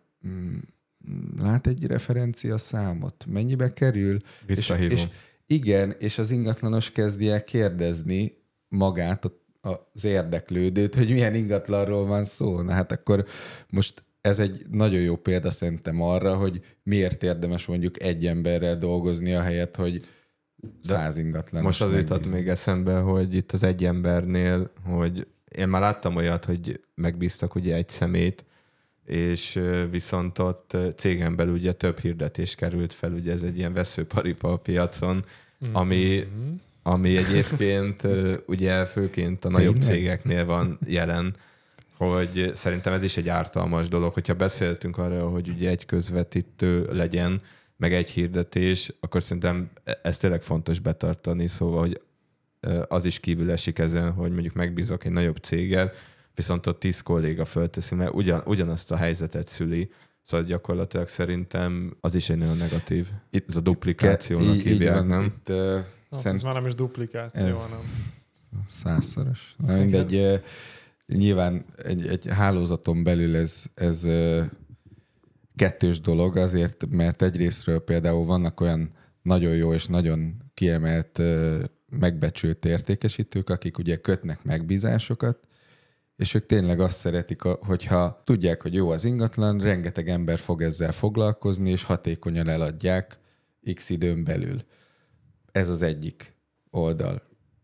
Lát egy referencia számot? Mennyibe kerül? Visszahívom. És, és igen, és az ingatlanos kezdi el kérdezni magát, az érdeklődőt, hogy milyen ingatlanról van szó. Na hát akkor most ez egy nagyon jó példa szerintem arra, hogy miért érdemes mondjuk egy emberrel dolgozni, ahelyett, hogy száz ingatlan. Most az jutott még eszembe, hogy itt az egy embernél, hogy én már láttam olyat, hogy megbíztak ugye egy szemét, és viszont ott cégen belül ugye több hirdetés került fel, ugye ez egy ilyen veszőparipa a piacon, ami, ami egyébként ugye főként a nagyobb cégeknél van jelen, hogy szerintem ez is egy ártalmas dolog, hogyha beszéltünk arra, hogy ugye egy közvetítő legyen, meg egy hirdetés, akkor szerintem ez tényleg fontos betartani, szóval, hogy az is kívül esik ezen, hogy mondjuk megbízok egy nagyobb céget, viszont ott tíz kolléga fölteszi, mert ugyan, ugyanazt a helyzetet szüli, szóval gyakorlatilag szerintem az is egy nagyon negatív. Itt, ez a duplikációnak így, hívják, így nem? Itt, uh, hát szent... ez már nem is duplikáció, ez hanem. Százszoros. Na, mindegy, uh, nyilván egy, egy hálózaton belül ez, ez uh, kettős dolog azért, mert egyrésztről például vannak olyan nagyon jó és nagyon kiemelt, uh, megbecsült értékesítők, akik ugye kötnek megbízásokat, és ők tényleg azt szeretik, hogyha tudják, hogy jó az ingatlan, rengeteg ember fog ezzel foglalkozni, és hatékonyan eladják x időn belül. Ez az egyik oldal.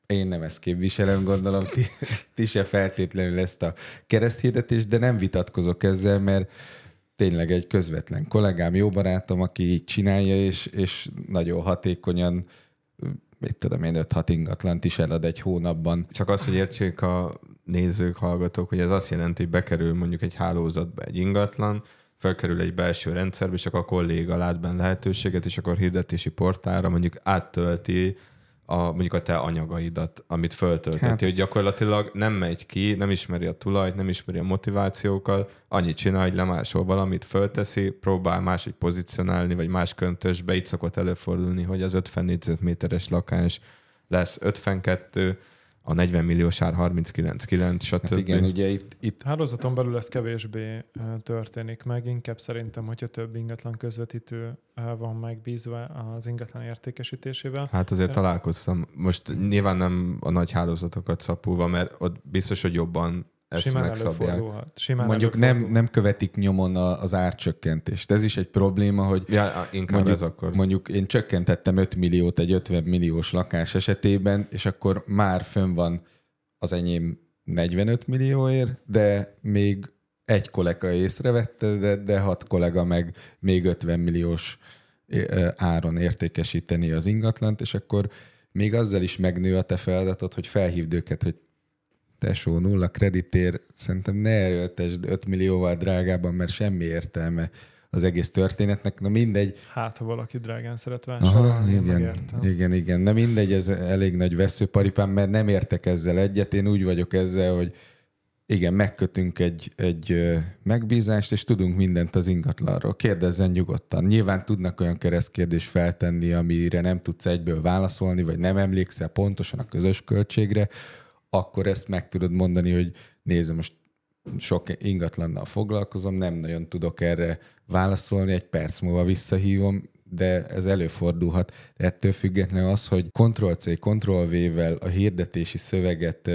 én nem ezt képviselem, gondolom, ti, ti se feltétlenül ezt a kereszthirdetést, de nem vitatkozok ezzel, mert tényleg egy közvetlen kollégám, jó barátom, aki így csinálja, és, és nagyon hatékonyan, mit tudom én, öt-hat ingatlant is elad egy hónapban. Csak az, hogy értsék a nézők, hallgatók, hogy ez azt jelenti, hogy bekerül mondjuk egy hálózatba egy ingatlan, felkerül egy belső rendszerbe, és akkor a kolléga lát benne lehetőséget, és akkor hirdetési portálra mondjuk áttölti a, mondjuk a te anyagaidat, amit föltölteti, hát, hogy gyakorlatilag nem megy ki, nem ismeri a tulajt, nem ismeri a motivációkat, annyit csinál, hogy lemásol valamit, fölteszi, próbál máshogy pozícionálni, vagy más köntösbe, így szokott előfordulni, hogy az ötven négyzetméteres lakás lesz ötvenkettő, a negyven milliós ár harminckilenc kilenc, stb. Hát igen, ugye itt, itt... Hálózaton belül ez kevésbé történik meg, inkább szerintem, hogyha több ingatlan közvetítő van megbízva az ingatlan értékesítésével. Hát azért találkoztam. Most nyilván nem a nagy hálózatokat szapulva, mert ott biztos, hogy jobban ezt Simán megszabják. Simán Mondjuk nem, nem követik nyomon a, az árcsökkentést. Ez is egy probléma, hogy ja, inkább mondjuk, ez akkor. mondjuk én csökkentettem öt milliót egy ötven milliós lakás esetében, és akkor már fönn van az enyém negyvenöt millióért, de még egy kollega észrevette, de, de hat kollega meg még ötven milliós áron értékesíteni az ingatlant, és akkor még azzal is megnő a te feladatod, hogy felhívd őket, hogy tesó, nulla kreditér, szerintem ne erőltesd öt millióval drágában, mert semmi értelme az egész történetnek. Na mindegy. Hát, ha valaki drágán szeret vásárolni, igen, igen, igen. Na mindegy, ez elég nagy veszőparipám, mert nem értek ezzel egyet. Én úgy vagyok ezzel, hogy igen, megkötünk egy, egy megbízást, és tudunk mindent az ingatlanról. Kérdezzen nyugodtan. Nyilván tudnak olyan keresztkérdést feltenni, amire nem tudsz egyből válaszolni, vagy nem emlékszel pontosan a közös költségre, akkor ezt meg tudod mondani, hogy nézd, most sok ingatlannal foglalkozom, nem nagyon tudok erre válaszolni, egy perc múlva visszahívom, de ez előfordulhat. De ettől függetlenül az, hogy Ctrl-C, Ctrl-V-vel a hirdetési szöveget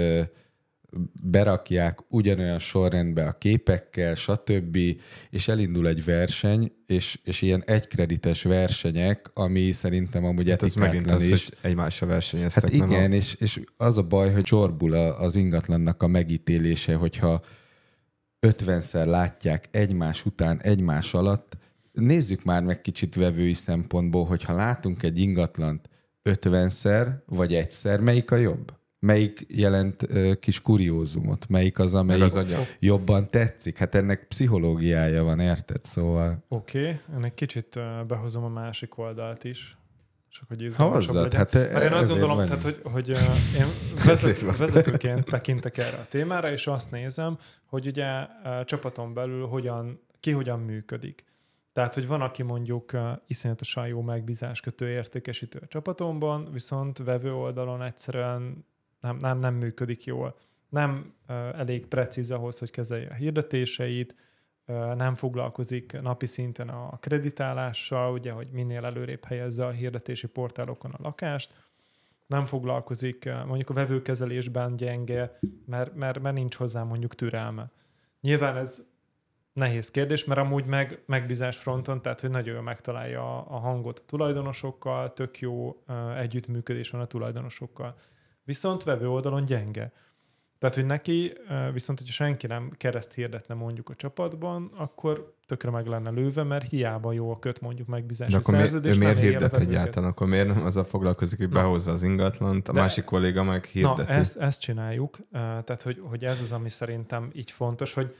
berakják ugyanolyan sorrendbe a képekkel, stb., és elindul egy verseny, és, és ilyen egykredites versenyek, ami szerintem amúgy hát etikátlan is. Az, hogy egymással versenyeztek. Hát igen, a... és, és az a baj, hogy csorbul az ingatlannak a megítélése, hogyha ötvenszer látják egymás után, egymás alatt. Nézzük már meg kicsit vevői szempontból, hogyha látunk egy ingatlant ötvenszer, vagy egyszer, melyik a jobb? Melyik jelent uh, kis kuriózumot? Melyik az, amelyik az jobban tetszik? Hát ennek pszichológiája van, érted? Szóval... Oké, okay. Ennek kicsit uh, behozom a másik oldalt is. Csak hogy izgalmasabb legyen. Hát Mert én azt gondolom, tehát, hogy, hogy uh, én vezető, vezetőként tekintek erre a témára, és azt nézem, hogy ugye uh, csapaton belül hogyan, ki hogyan működik. Tehát, hogy van, aki mondjuk uh, iszonyatosan jó megbízáskötő értékesítő a csapatomban, viszont vevő oldalon egyszerűen Nem, nem, nem működik jól. Nem uh, elég precíz ahhoz, hogy kezelje a hirdetéseit, uh, nem foglalkozik napi szinten a kreditálással, ugye, hogy minél előrébb helyezze a hirdetési portálokon a lakást, nem foglalkozik uh, mondjuk a vevőkezelésben gyenge, mert, mert, mert nincs hozzá mondjuk türelme. Nyilván ez nehéz kérdés, mert amúgy meg, megbízás fronton, tehát hogy nagyon jól megtalálja a, a hangot a tulajdonosokkal, tök jó uh, együttműködés van a tulajdonosokkal. Viszont vevő oldalon gyenge. Tehát, hogy neki, viszont hogyha senki nem kereszt hirdetne mondjuk a csapatban, akkor tökre meg lenne lőve, mert hiába jól köt mondjuk megbízási szerződés. Ő miért hirdet egyáltalán? Akkor miért nem azzal foglalkozik, hogy behozza az ingatlant, a de, másik kolléga meg hirdeti? Na, ezt, ezt csináljuk. Tehát, hogy, hogy ez az, ami szerintem így fontos, hogy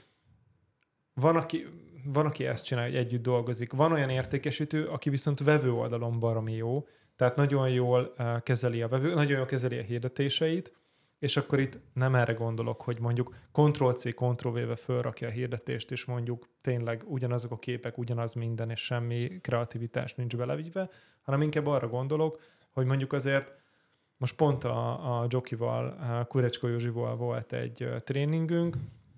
van, aki, van, aki ezt csinálja, hogy együtt dolgozik. Van olyan értékesítő, aki viszont vevő oldalon baromi jó, tehát nagyon jól uh, kezeli a vevő, nagyon jól kezeli a hirdetéseit, és akkor itt nem erre gondolok, hogy mondjuk Ctrl-C, Ctrl-V-vel fölrakja a hirdetést, és mondjuk tényleg ugyanazok a képek, ugyanaz minden, és semmi kreativitás nincs belevigyve, hanem inkább arra gondolok, hogy mondjuk azért most pont a, a Jokival, a Kurecsko Józsival volt egy uh, tréningünk,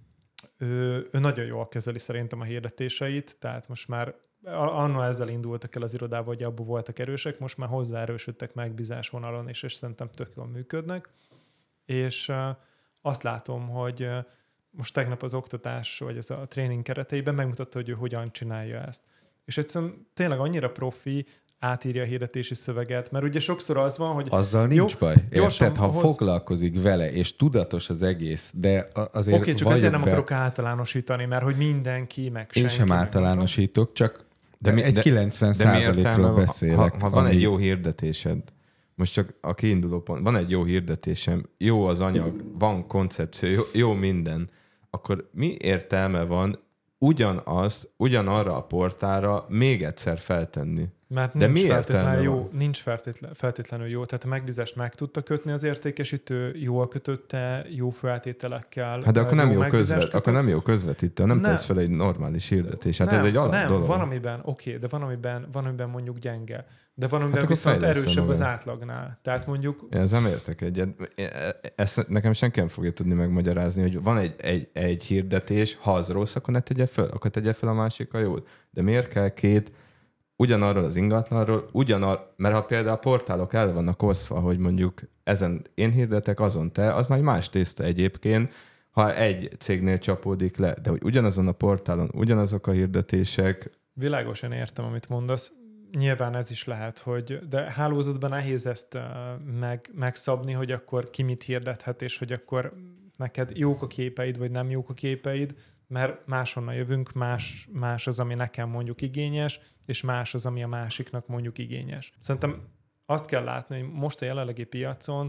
ő, ő nagyon jól kezeli szerintem a hirdetéseit, tehát most már anno ezzel indultak el az irodába, hogy abból voltak erősek, most már hozzáerősödtek megbízás vonalon is, és szerintem tök jól működnek. És uh, azt látom, hogy uh, most tegnap az oktatás, vagy ez a tréning kereteiben megmutatta, hogy ő hogyan csinálja ezt. És egyszerűen tényleg annyira profi, átírja a hirdetési szöveget, mert ugye sokszor az van, hogy... Azzal nincs jó, baj, érted? Ha hoz... foglalkozik vele, és tudatos az egész, de azért Oké, csak ezért nem be... akarok általánosítani, mert hogy mindenki, meg senki... Én sem általánosítok, csak de mi, egy de, kilencven százalékról beszélek. Ha, ha van ami... egy jó hirdetésed, most csak a kiinduló pont, van egy jó hirdetésem, jó az anyag, van koncepció, jó, jó minden, akkor mi értelme van ugyanaz, ugyanarra a portára még egyszer feltenni? Mert nincs, De feltétlenül jó, nincs feltétlen, feltétlenül jó. Tehát a megbízást meg tudta kötni az értékesítő, jól kötötte, jó feltételekkel. Hát de akkor nem jó, közvet, akkor nem jó közvetítő, nem, nem tesz fel egy normális hirdetés. Hát nem, ez egy alap nem, dolog. van amiben, oké, okay, de van amiben, van amiben mondjuk gyenge. De van amiben hát viszont erősebb maga. Az átlagnál. Tehát mondjuk... Én ezzel nem értek egyet. Ezt nekem senki nem fogja tudni megmagyarázni, hogy van egy, egy, egy hirdetés, ha az rossz, akkor ne tegye fel, akkor tegye fel a másik a jót. De miért kell két ugyanarról az ingatlanról, ugyanarról, mert ha például a portálok el vannak osztva, hogy mondjuk ezen én hirdetek, azon te, az már más tészta egyébként, ha egy cégnél csapódik le, de hogy ugyanazon a portálon, ugyanazok a hirdetések. Világosan értem, amit mondasz. Nyilván ez is lehet, hogy de hálózatban nehéz ezt meg, megszabni, hogy akkor ki mit hirdethet, és hogy akkor neked jók a képeid, vagy nem jók a képeid, mert máshonnan jövünk, más, más az, ami nekem mondjuk igényes, és más az, ami a másiknak mondjuk igényes. Szerintem azt kell látni, hogy most a jelenlegi piacon,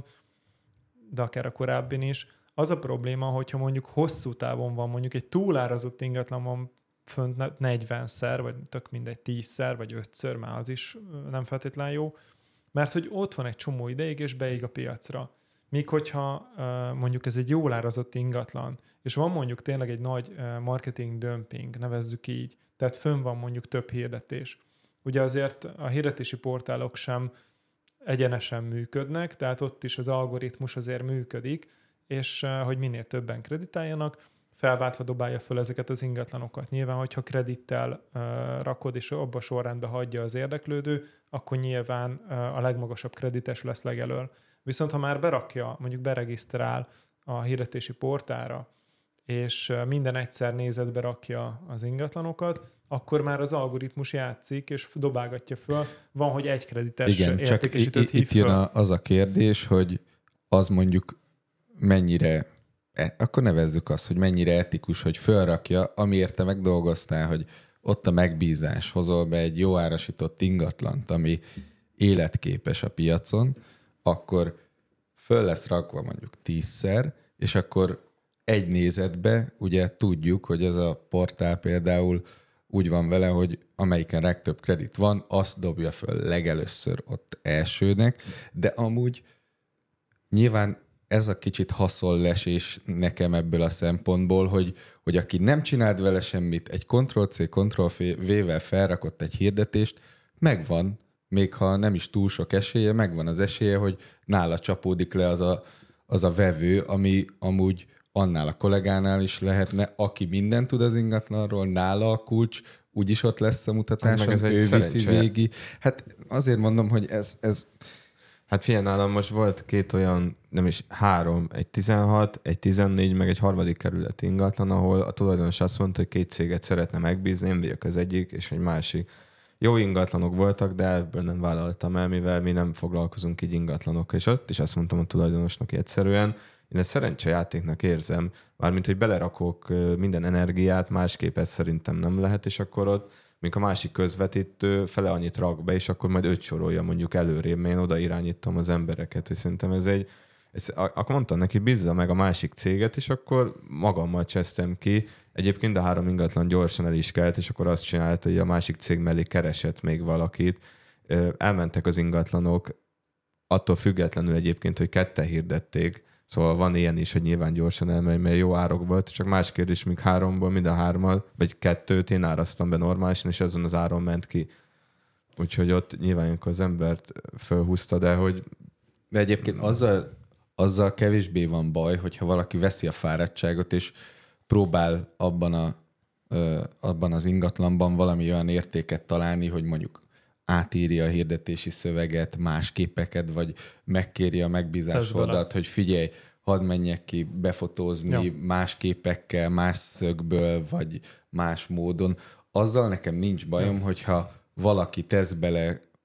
de akár a korábbin is, az a probléma, hogyha mondjuk hosszú távon van, mondjuk egy túlárazott ingatlan van fönt negyvenszer, vagy tök mindegy tízszer, vagy ötször, már az is nem feltétlen jó, mert hogy ott van egy csomó ideig, és beég a piacra. Míg hogyha mondjuk ez egy jól árazott ingatlan, és van mondjuk tényleg egy nagy marketing dömping, nevezzük így, tehát fönn van mondjuk több hirdetés. Ugye azért a hirdetési portálok sem egyenesen működnek, tehát ott is az algoritmus azért működik, és hogy minél többen kreditáljanak, felváltva dobálja föl ezeket az ingatlanokat. Nyilván, hogyha kredittel uh, rakod, és abba sorrendbe hagyja az érdeklődő, akkor nyilván uh, a legmagasabb kredites lesz legelől. Viszont ha már berakja, mondjuk beregisztrál a hirdetési portára, és uh, minden egyszer nézetbe rakja az ingatlanokat, akkor már az algoritmus játszik, és dobálgatja föl. Van, hogy egy kredites Igen, értékesítőt csak hív itt jön az a kérdés, hogy az mondjuk mennyire akkor nevezzük azt, hogy mennyire etikus, hogy fölrakja, amiért te megdolgoztál, hogy ott a megbízás, hozol be egy jó árasított ingatlant, ami életképes a piacon, akkor föl lesz rakva mondjuk tízszer, és akkor egy nézetbe ugye tudjuk, hogy ez a portál például úgy van vele, hogy amelyiken legtöbb kredit van, azt dobja föl legelőször ott elsőnek, de amúgy nyilván ez a kicsit haszonlesés nekem ebből a szempontból, hogy, hogy aki nem csinált vele semmit, egy Ctrl-C, Ctrl-V-vel felrakott egy hirdetést, megvan, még ha nem is túl sok esélye, megvan az esélye, hogy nála csapódik le az a, az a vevő, ami amúgy annál a kollégánál is lehetne, aki mindent tud az ingatlanról, nála a kulcs, úgyis ott lesz a mutatáson, ő viszi végig. Hát azért mondom, hogy ez... ez Hát figyelj, nálam most volt két olyan, nem is három, egy tizenhat, egy tizennégy, meg egy harmadik kerületi ingatlan, ahol a tulajdonos azt mondta, hogy két céget szeretne megbízni, én vagyok az egyik, és egy másik. Jó ingatlanok voltak, de ebből nem vállaltam el, mivel mi nem foglalkozunk így ingatlanokkal. És ott is azt mondtam a tulajdonosnak egyszerűen, én ezt szerencsejátéknak érzem, mármint, hogy belerakok minden energiát, másképp ez szerintem nem lehet, és akkor ott míg a másik közvetítő fele annyit rak be, és akkor majd öt sorolja mondjuk előrébb, mert én oda irányítom az embereket, és szerintem ez egy, ez, akkor mondtam neki, bízza meg a másik céget, és akkor magammal csesztem ki. Egyébként a három ingatlan gyorsan el is kelt, és akkor azt csinálta, hogy a másik cég mellé keresett még valakit. Elmentek az ingatlanok, attól függetlenül egyébként, hogy ketten hirdették, szóval van ilyen is, hogy nyilván gyorsan elmegy, mert jó árok volt, csak más kérdés, még háromból, mind a hármal, vagy kettőt én áraztam be normálisan, és azon az áron ment ki. Úgyhogy ott nyilván az embert fölhúzta, de hogy... De egyébként azzal, azzal kevésbé van baj, hogyha valaki veszi a fáradtságot, és próbál abban, a, ö, abban az ingatlanban valami olyan értéket találni, hogy mondjuk átírja a hirdetési szöveget, más képeket, vagy megkéri a megbízás oldalt, hogy figyelj, hadd menjek ki befotózni ja. más képekkel, más szögből, vagy más módon. Azzal nekem nincs bajom, ja. hogyha valaki tesz bele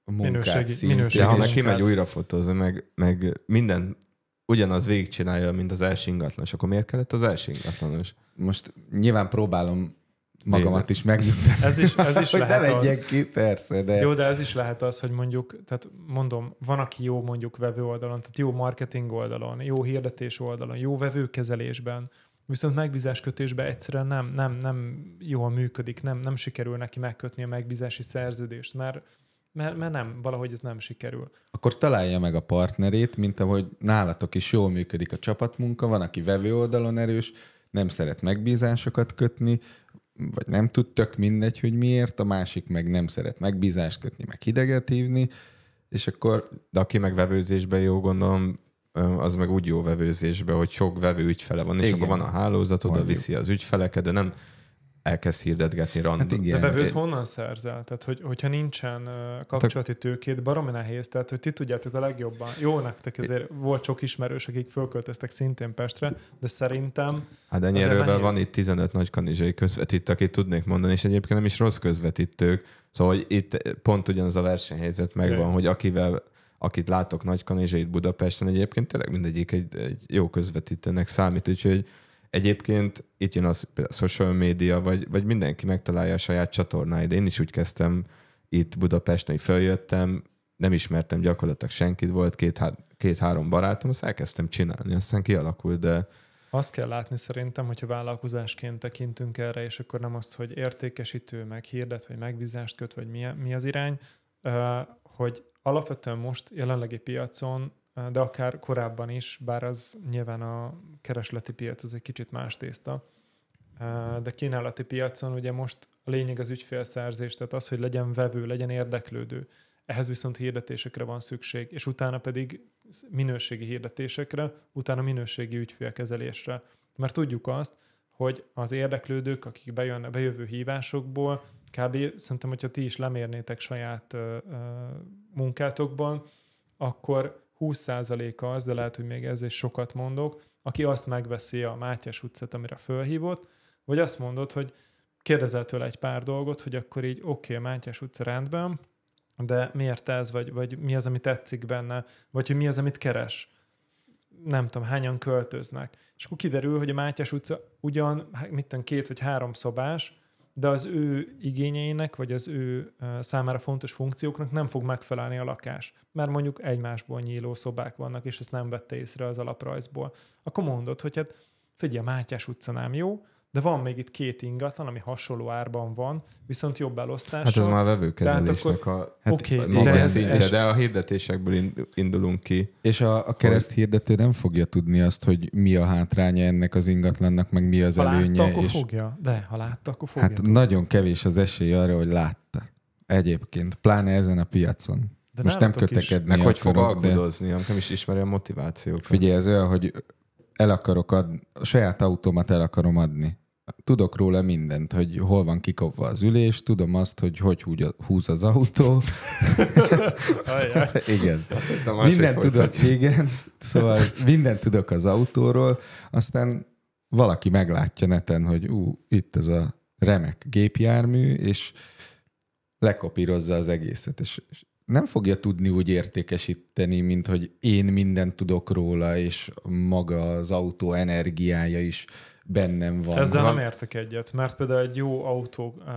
munkát, Minőségi- szintén. minőségi De ha És- meg munkát. kimegy újra fotózni, meg, meg minden ugyanaz végigcsinálja, mint az első ingatlanos, akkor miért kellett az első ingatlanos? Most nyilván próbálom magamat Végre. is megnyugtani. Ez is, ez is hogy ne lehet az. menjek ki, persze, de... Jó, de ez is lehet az, hogy mondjuk, tehát mondom, van, aki jó mondjuk vevő oldalon, tehát jó marketing oldalon, jó hirdetés oldalon, jó vevőkezelésben, viszont megbízáskötésben egyszerűen nem, nem, nem jól működik, nem, nem sikerül neki megkötni a megbízási szerződést, mert, mert, mert nem, valahogy ez nem sikerül. Akkor találja meg a partnerét, mint ahogy nálatok is jól működik a csapatmunka, van, aki vevő oldalon erős, nem szeret megbízásokat kötni, vagy nem tud, tök mindegy, hogy miért, a másik meg nem szeret megbízást kötni, meg hideget hívni, és akkor... De aki meg vevőzésben jó, gondolom, az meg úgy jó vevőzésben, hogy sok vevő ügyfele van, és Igen. akkor van a hálózatod, oda Mondjuk. viszi az ügyfeleket, de nem elkezd hirdetgetni random. Hát igen. De vevőt Én- honnan szerzel? Tehát, hogy, hogyha nincsen uh, kapcsolati tőkét, baromi nehéz, tehát, hogy ti tudjátok a legjobban. Jó, nektek ezért volt sok ismerős, akik fölköltöztek szintén Pestre, de szerintem Hát ennyi azért erővel nehéz. van itt tizenöt nagykanizsai közvetítő, akit tudnék mondani, és egyébként nem is rossz közvetítők. Szóval hogy itt pont ugyanaz a versenyhelyzet megvan, Igen. hogy akivel, akit látok nagykanizsait Budapesten, egyébként tényleg mindegyik egy, egy jó közvetítőnek számít, úgyhogy egyébként itt jön az például a social media, vagy, vagy mindenki megtalálja a saját csatornáit. Én is úgy kezdtem itt Budapesten, hogy feljöttem, nem ismertem gyakorlatilag senkit, volt két, há- két-három barátom, azt elkezdtem csinálni, aztán kialakult, de azt kell látni szerintem, hogyha vállalkozásként tekintünk erre, és akkor nem azt, hogy értékesítő, meg hirdet, vagy megbízást köt, vagy mi, mi az irány, hogy alapvetően most jelenlegi piacon, de akár korábban is, bár az nyilván a keresleti piac az egy kicsit más tészta, de kínálati piacon ugye most a lényeg az ügyfélszerzés, tehát az, hogy legyen vevő, legyen érdeklődő. Ehhez viszont hirdetésekre van szükség, és utána pedig minőségi hirdetésekre, utána minőségi ügyfélkezelésre. Mert tudjuk azt, hogy az érdeklődők, akik bejön, bejövő hívásokból, kb. Szerintem, hogyha ti is lemérnétek saját ö, ö, munkátokban, akkor húsz százaléka az, de lehet, hogy még ez is sokat mondok, aki azt megveszi a Mátyás utcát, amire fölhívott, vagy azt mondod, hogy kérdezel tőle egy pár dolgot, hogy akkor így oké, okay, Mátyás utca rendben, de miért ez, vagy, vagy mi az, ami tetszik benne, vagy hogy mi az, amit keres. Nem tudom, hányan költöznek. És akkor kiderül, hogy a Mátyás utca ugyan, mit tudom, két vagy három szobás, de az ő igényeinek, vagy az ő uh, számára fontos funkcióknak nem fog megfelelni a lakás. Mert mondjuk egymásból nyíló szobák vannak, és ezt nem vette észre az alaprajzból. Akkor mondod, hogy hát figyelj, a Mátyás utca nem jó, de van még itt két ingatlan, ami hasonló árban van, viszont jobb elosztással. hát ez már a vevőkezelésnek akkor, a hát oké, a de magas ez- szintje, ez- de a hirdetésekből ind- indulunk ki. És a, a kereszt hirdető nem fogja tudni azt, hogy mi a hátránya ennek az ingatlannak, meg mi az Ha előnye. látta, akkor és fogja. De, ha látta, akkor fogja. hát nagyon kevés az esély arra, hogy látta. Egyébként, pláne ezen a piacon. De Most nem nálatok is. kötekedni Meg hogy fog akarok, de alkudozni, nem is ismeri a motivációkat. figyelj, ez olyan, hogy el akarok adni, a saját autómat el akarom adni. Tudok róla mindent, hogy hol van kikopva az ülés, tudom azt, hogy hogy húgy- húz az autó. Ajaj. Igen. De máshogy Mindent tudok, folytatjuk. igen. Szóval mindent tudok az autóról, aztán valaki meglátja neten, hogy ú, itt ez a remek gépjármű, és lekopírozza az egészet. És és nem fogja tudni úgy értékesíteni, mint hogy én mindent tudok róla, és maga az autó energiája is bennem van. Ezzel van. nem értek egyet, mert például egy jó autó uh,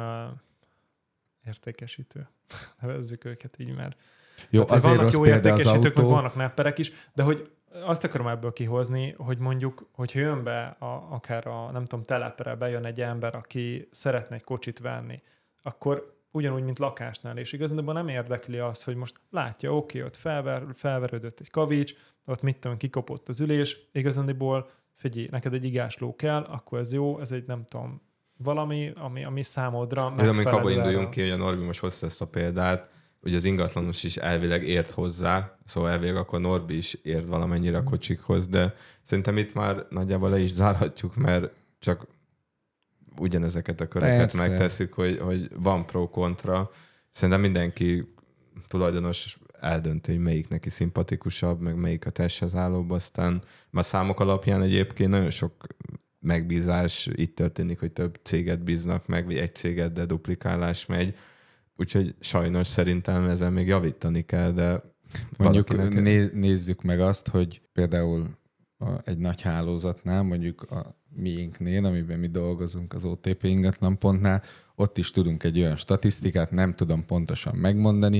értékesítő, nevezzük őket így, mert Jó, tehát, hogy azért vannak rossz jó példa az értékesítők, meg autó. vannak nepperek is, de hogy azt akarom ebből kihozni, hogy mondjuk, hogyha jön be a, akár a, nem tudom, telepre bejön egy ember, aki szeretne egy kocsit venni, akkor ugyanúgy, mint lakásnál, és igazából nem érdekli az, hogy most látja, oké, okay, ott felver, felverődött egy kavics, ott mit tudom, kikopott az ülés, igazándiból figyelj, neked egy igásló kell, akkor ez jó, ez egy nem tudom, valami, ami, ami számodra De amik megfelelő. abból induljunk erre. ki, hogy a Norbi most hozta ezt a példát, hogy az ingatlanos is elvileg ért hozzá, szóval elvileg akkor Norbi is ért valamennyire a kocsikhoz, de szerintem itt már nagyjából le is zárhatjuk, mert csak ugyanezeket a köröket Persze. megtesszük, hogy, hogy van pro-kontra. Szerintem mindenki tulajdonos eldönti, hogy melyik neki szimpatikusabb, meg melyik a testhez állóbb, aztán a számok alapján egyébként nagyon sok megbízás itt történik, hogy több céget bíznak meg, vagy egy céget, de duplikálás megy. úgyhogy sajnos szerintem ezen még javítani kell, de mondjuk valakinek... né- nézzük meg azt, hogy például a, egy nagy hálózatnál, mondjuk a miénknél, amiben mi dolgozunk az o té pé ingatlan.nál, ott is tudunk egy olyan statisztikát, nem tudom pontosan megmondani,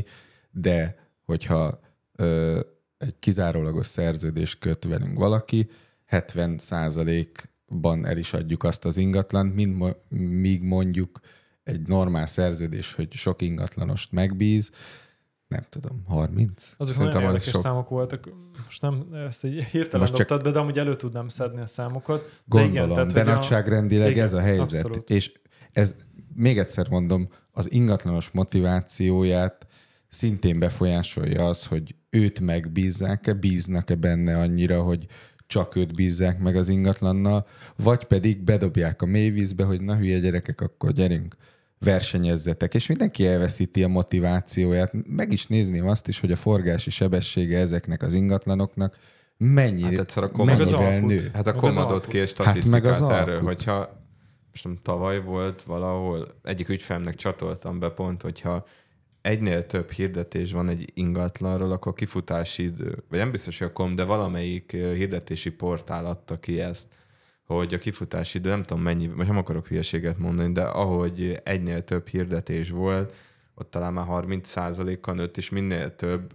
de hogyha ö, egy kizárólagos szerződést köt velünk valaki, hetven százalékban el is adjuk azt az ingatlant, mint míg mondjuk egy normál szerződés, hogy sok ingatlanost megbíz, nem tudom, harminc? Azok Szerintem nagyon az érdekes sok. számok voltak. Most nem ezt így hirtelen Most csak- dobtad be, de amúgy elő tudnám szedni a számokat. Gondolom, igen, tehát, de hogy a- nagyságrendileg igen, ez a helyzet. abszolút. És ez, még egyszer mondom, az ingatlanos motivációját szintén befolyásolja az, hogy őt megbízzák-e, bíznak-e benne annyira, hogy csak őt bízzák meg az ingatlannal, vagy pedig bedobják a mélyvízbe, hogy na hülye gyerekek, akkor gyerünk, versenyezzetek, és mindenki elveszíti a motivációját. Meg is nézném azt is, hogy a forgási sebessége ezeknek az ingatlanoknak mennyire, Hát egyszer a Komad- Meg az mennyivel alkut. nő. Hát a Meg az Komad adott alkut. ki egy Hát meg statisztikát az erről, alkut. hogyha most nem tavaly volt valahol, egyik ügyfelemnek csatoltam be pont, hogyha egynél több hirdetés van egy ingatlanról, akkor kifutási idő, vagy nem biztos, hogy a kom, de valamelyik hirdetési portál adta ki ezt, hogy a kifutási idő, nem tudom mennyi, most nem akarok hülyeséget mondani, de ahogy egynél több hirdetés volt, ott talán már harminc százalékkal nőtt, és minél több,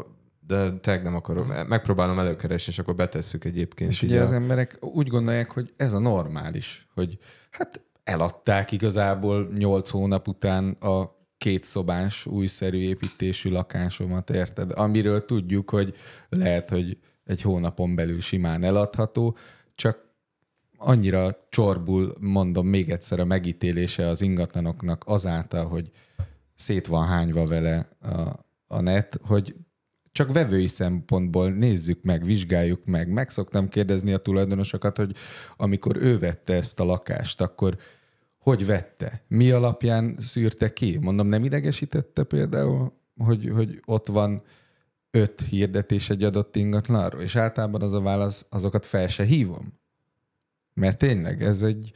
de tényleg nem akarok, megpróbálom előkeresni, és akkor betesszük egyébként. És így ugye a- az emberek úgy gondolják, hogy ez a normális, hogy hát eladták igazából nyolc hónap után a két szobás, újszerű építésű lakásomat, érted? Amiről tudjuk, hogy lehet, hogy egy hónapon belül simán eladható, csak annyira csorbul, mondom még egyszer, a megítélése az ingatlanoknak azáltal, hogy szét van hányva vele a, a net, hogy csak vevői szempontból nézzük meg, vizsgáljuk meg. Meg szoktam kérdezni a tulajdonosokat, hogy amikor ő vette ezt a lakást, akkor hogy vette? Mi alapján szűrte ki? Mondom, nem idegesítette például, hogy, hogy ott van öt hirdetés egy adott ingatlanról, és általában az a válasz, azokat fel se hívom. Mert tényleg ez egy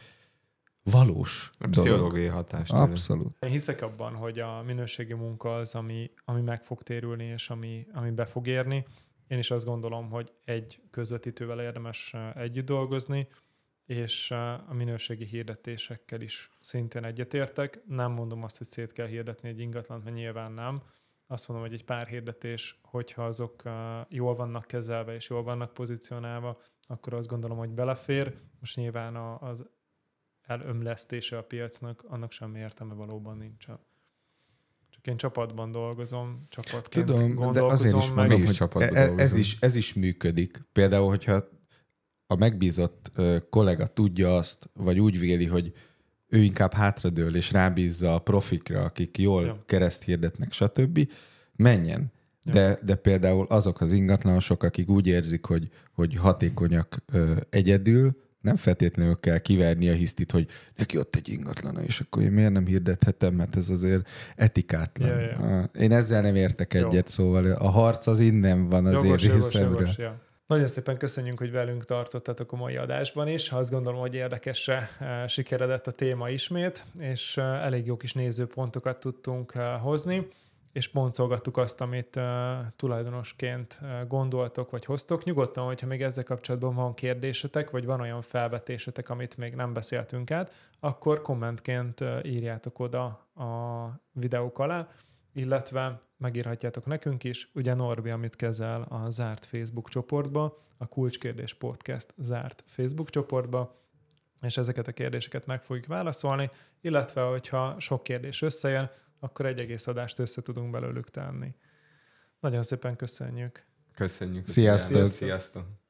valós a dolog. pszichológiai hatás. tényleg. Abszolút. Én hiszek abban, hogy a minőségi munka az, ami, ami meg fog térülni, és ami, ami be fog érni. Én is azt gondolom, hogy egy közvetítővel érdemes eh, együtt dolgozni, és eh, a minőségi hirdetésekkel is szintén egyetértek. Nem mondom azt, hogy szét kell hirdetni egy ingatlant, mert nyilván nem. Azt mondom, hogy egy pár hirdetés, hogyha azok eh, jól vannak kezelve és jól vannak pozícionálva, akkor azt gondolom, hogy belefér. Most nyilván a, az elömlesztése a piacnak, annak semmi értelme valóban nincsen. Csak én csapatban dolgozom, csapatként Tudom, de gondolkozom azért is meg. mondom, Mi is hogy csapatban e- ez, dolgozunk. is, ez is működik. Például, hogyha a megbízott ö, kollega tudja azt, vagy úgy véli, hogy ő inkább hátradől és rábízza a profikra, akik jól Ja. kereszt hirdetnek, stb., menjen. Ja. De, de például azok az ingatlanosok, akik úgy érzik, hogy, hogy hatékonyak ö, egyedül, nem feltétlenül kell kiverni a hisztit, hogy neki ott egy ingatlana, és akkor én miért nem hirdethetem, mert ez azért etikátlan. Ja, ja. Én ezzel nem értek Jó. egyet, szóval a harc az innen van az Jogos, én jogos, részemről. jogos, ja. Nagyon szépen köszönjük, hogy velünk tartottatok a mai adásban is. Azt gondolom, hogy érdekesre eh, sikeredett a téma ismét, és eh, elég jó kis nézőpontokat tudtunk eh, hozni, és boncolgattuk azt, amit uh, tulajdonosként uh, gondoltok, vagy hoztok. Nyugodtan, hogyha még ezzel kapcsolatban van kérdésetek, vagy van olyan felvetésetek, amit még nem beszéltünk át, akkor kommentként uh, írjátok oda a videók alá, illetve megírhatjátok nekünk is. Ugye Norbi, amit kezel a zárt Facebook csoportba, a Kulcskérdés Podcast zárt Facebook csoportba, és ezeket a kérdéseket meg fogjuk válaszolni, illetve, hogyha sok kérdés összejön, akkor egy egész adást össze tudunk belőlük tenni. Nagyon szépen köszönjük. Köszönjük. Sziasztok. Sziasztok.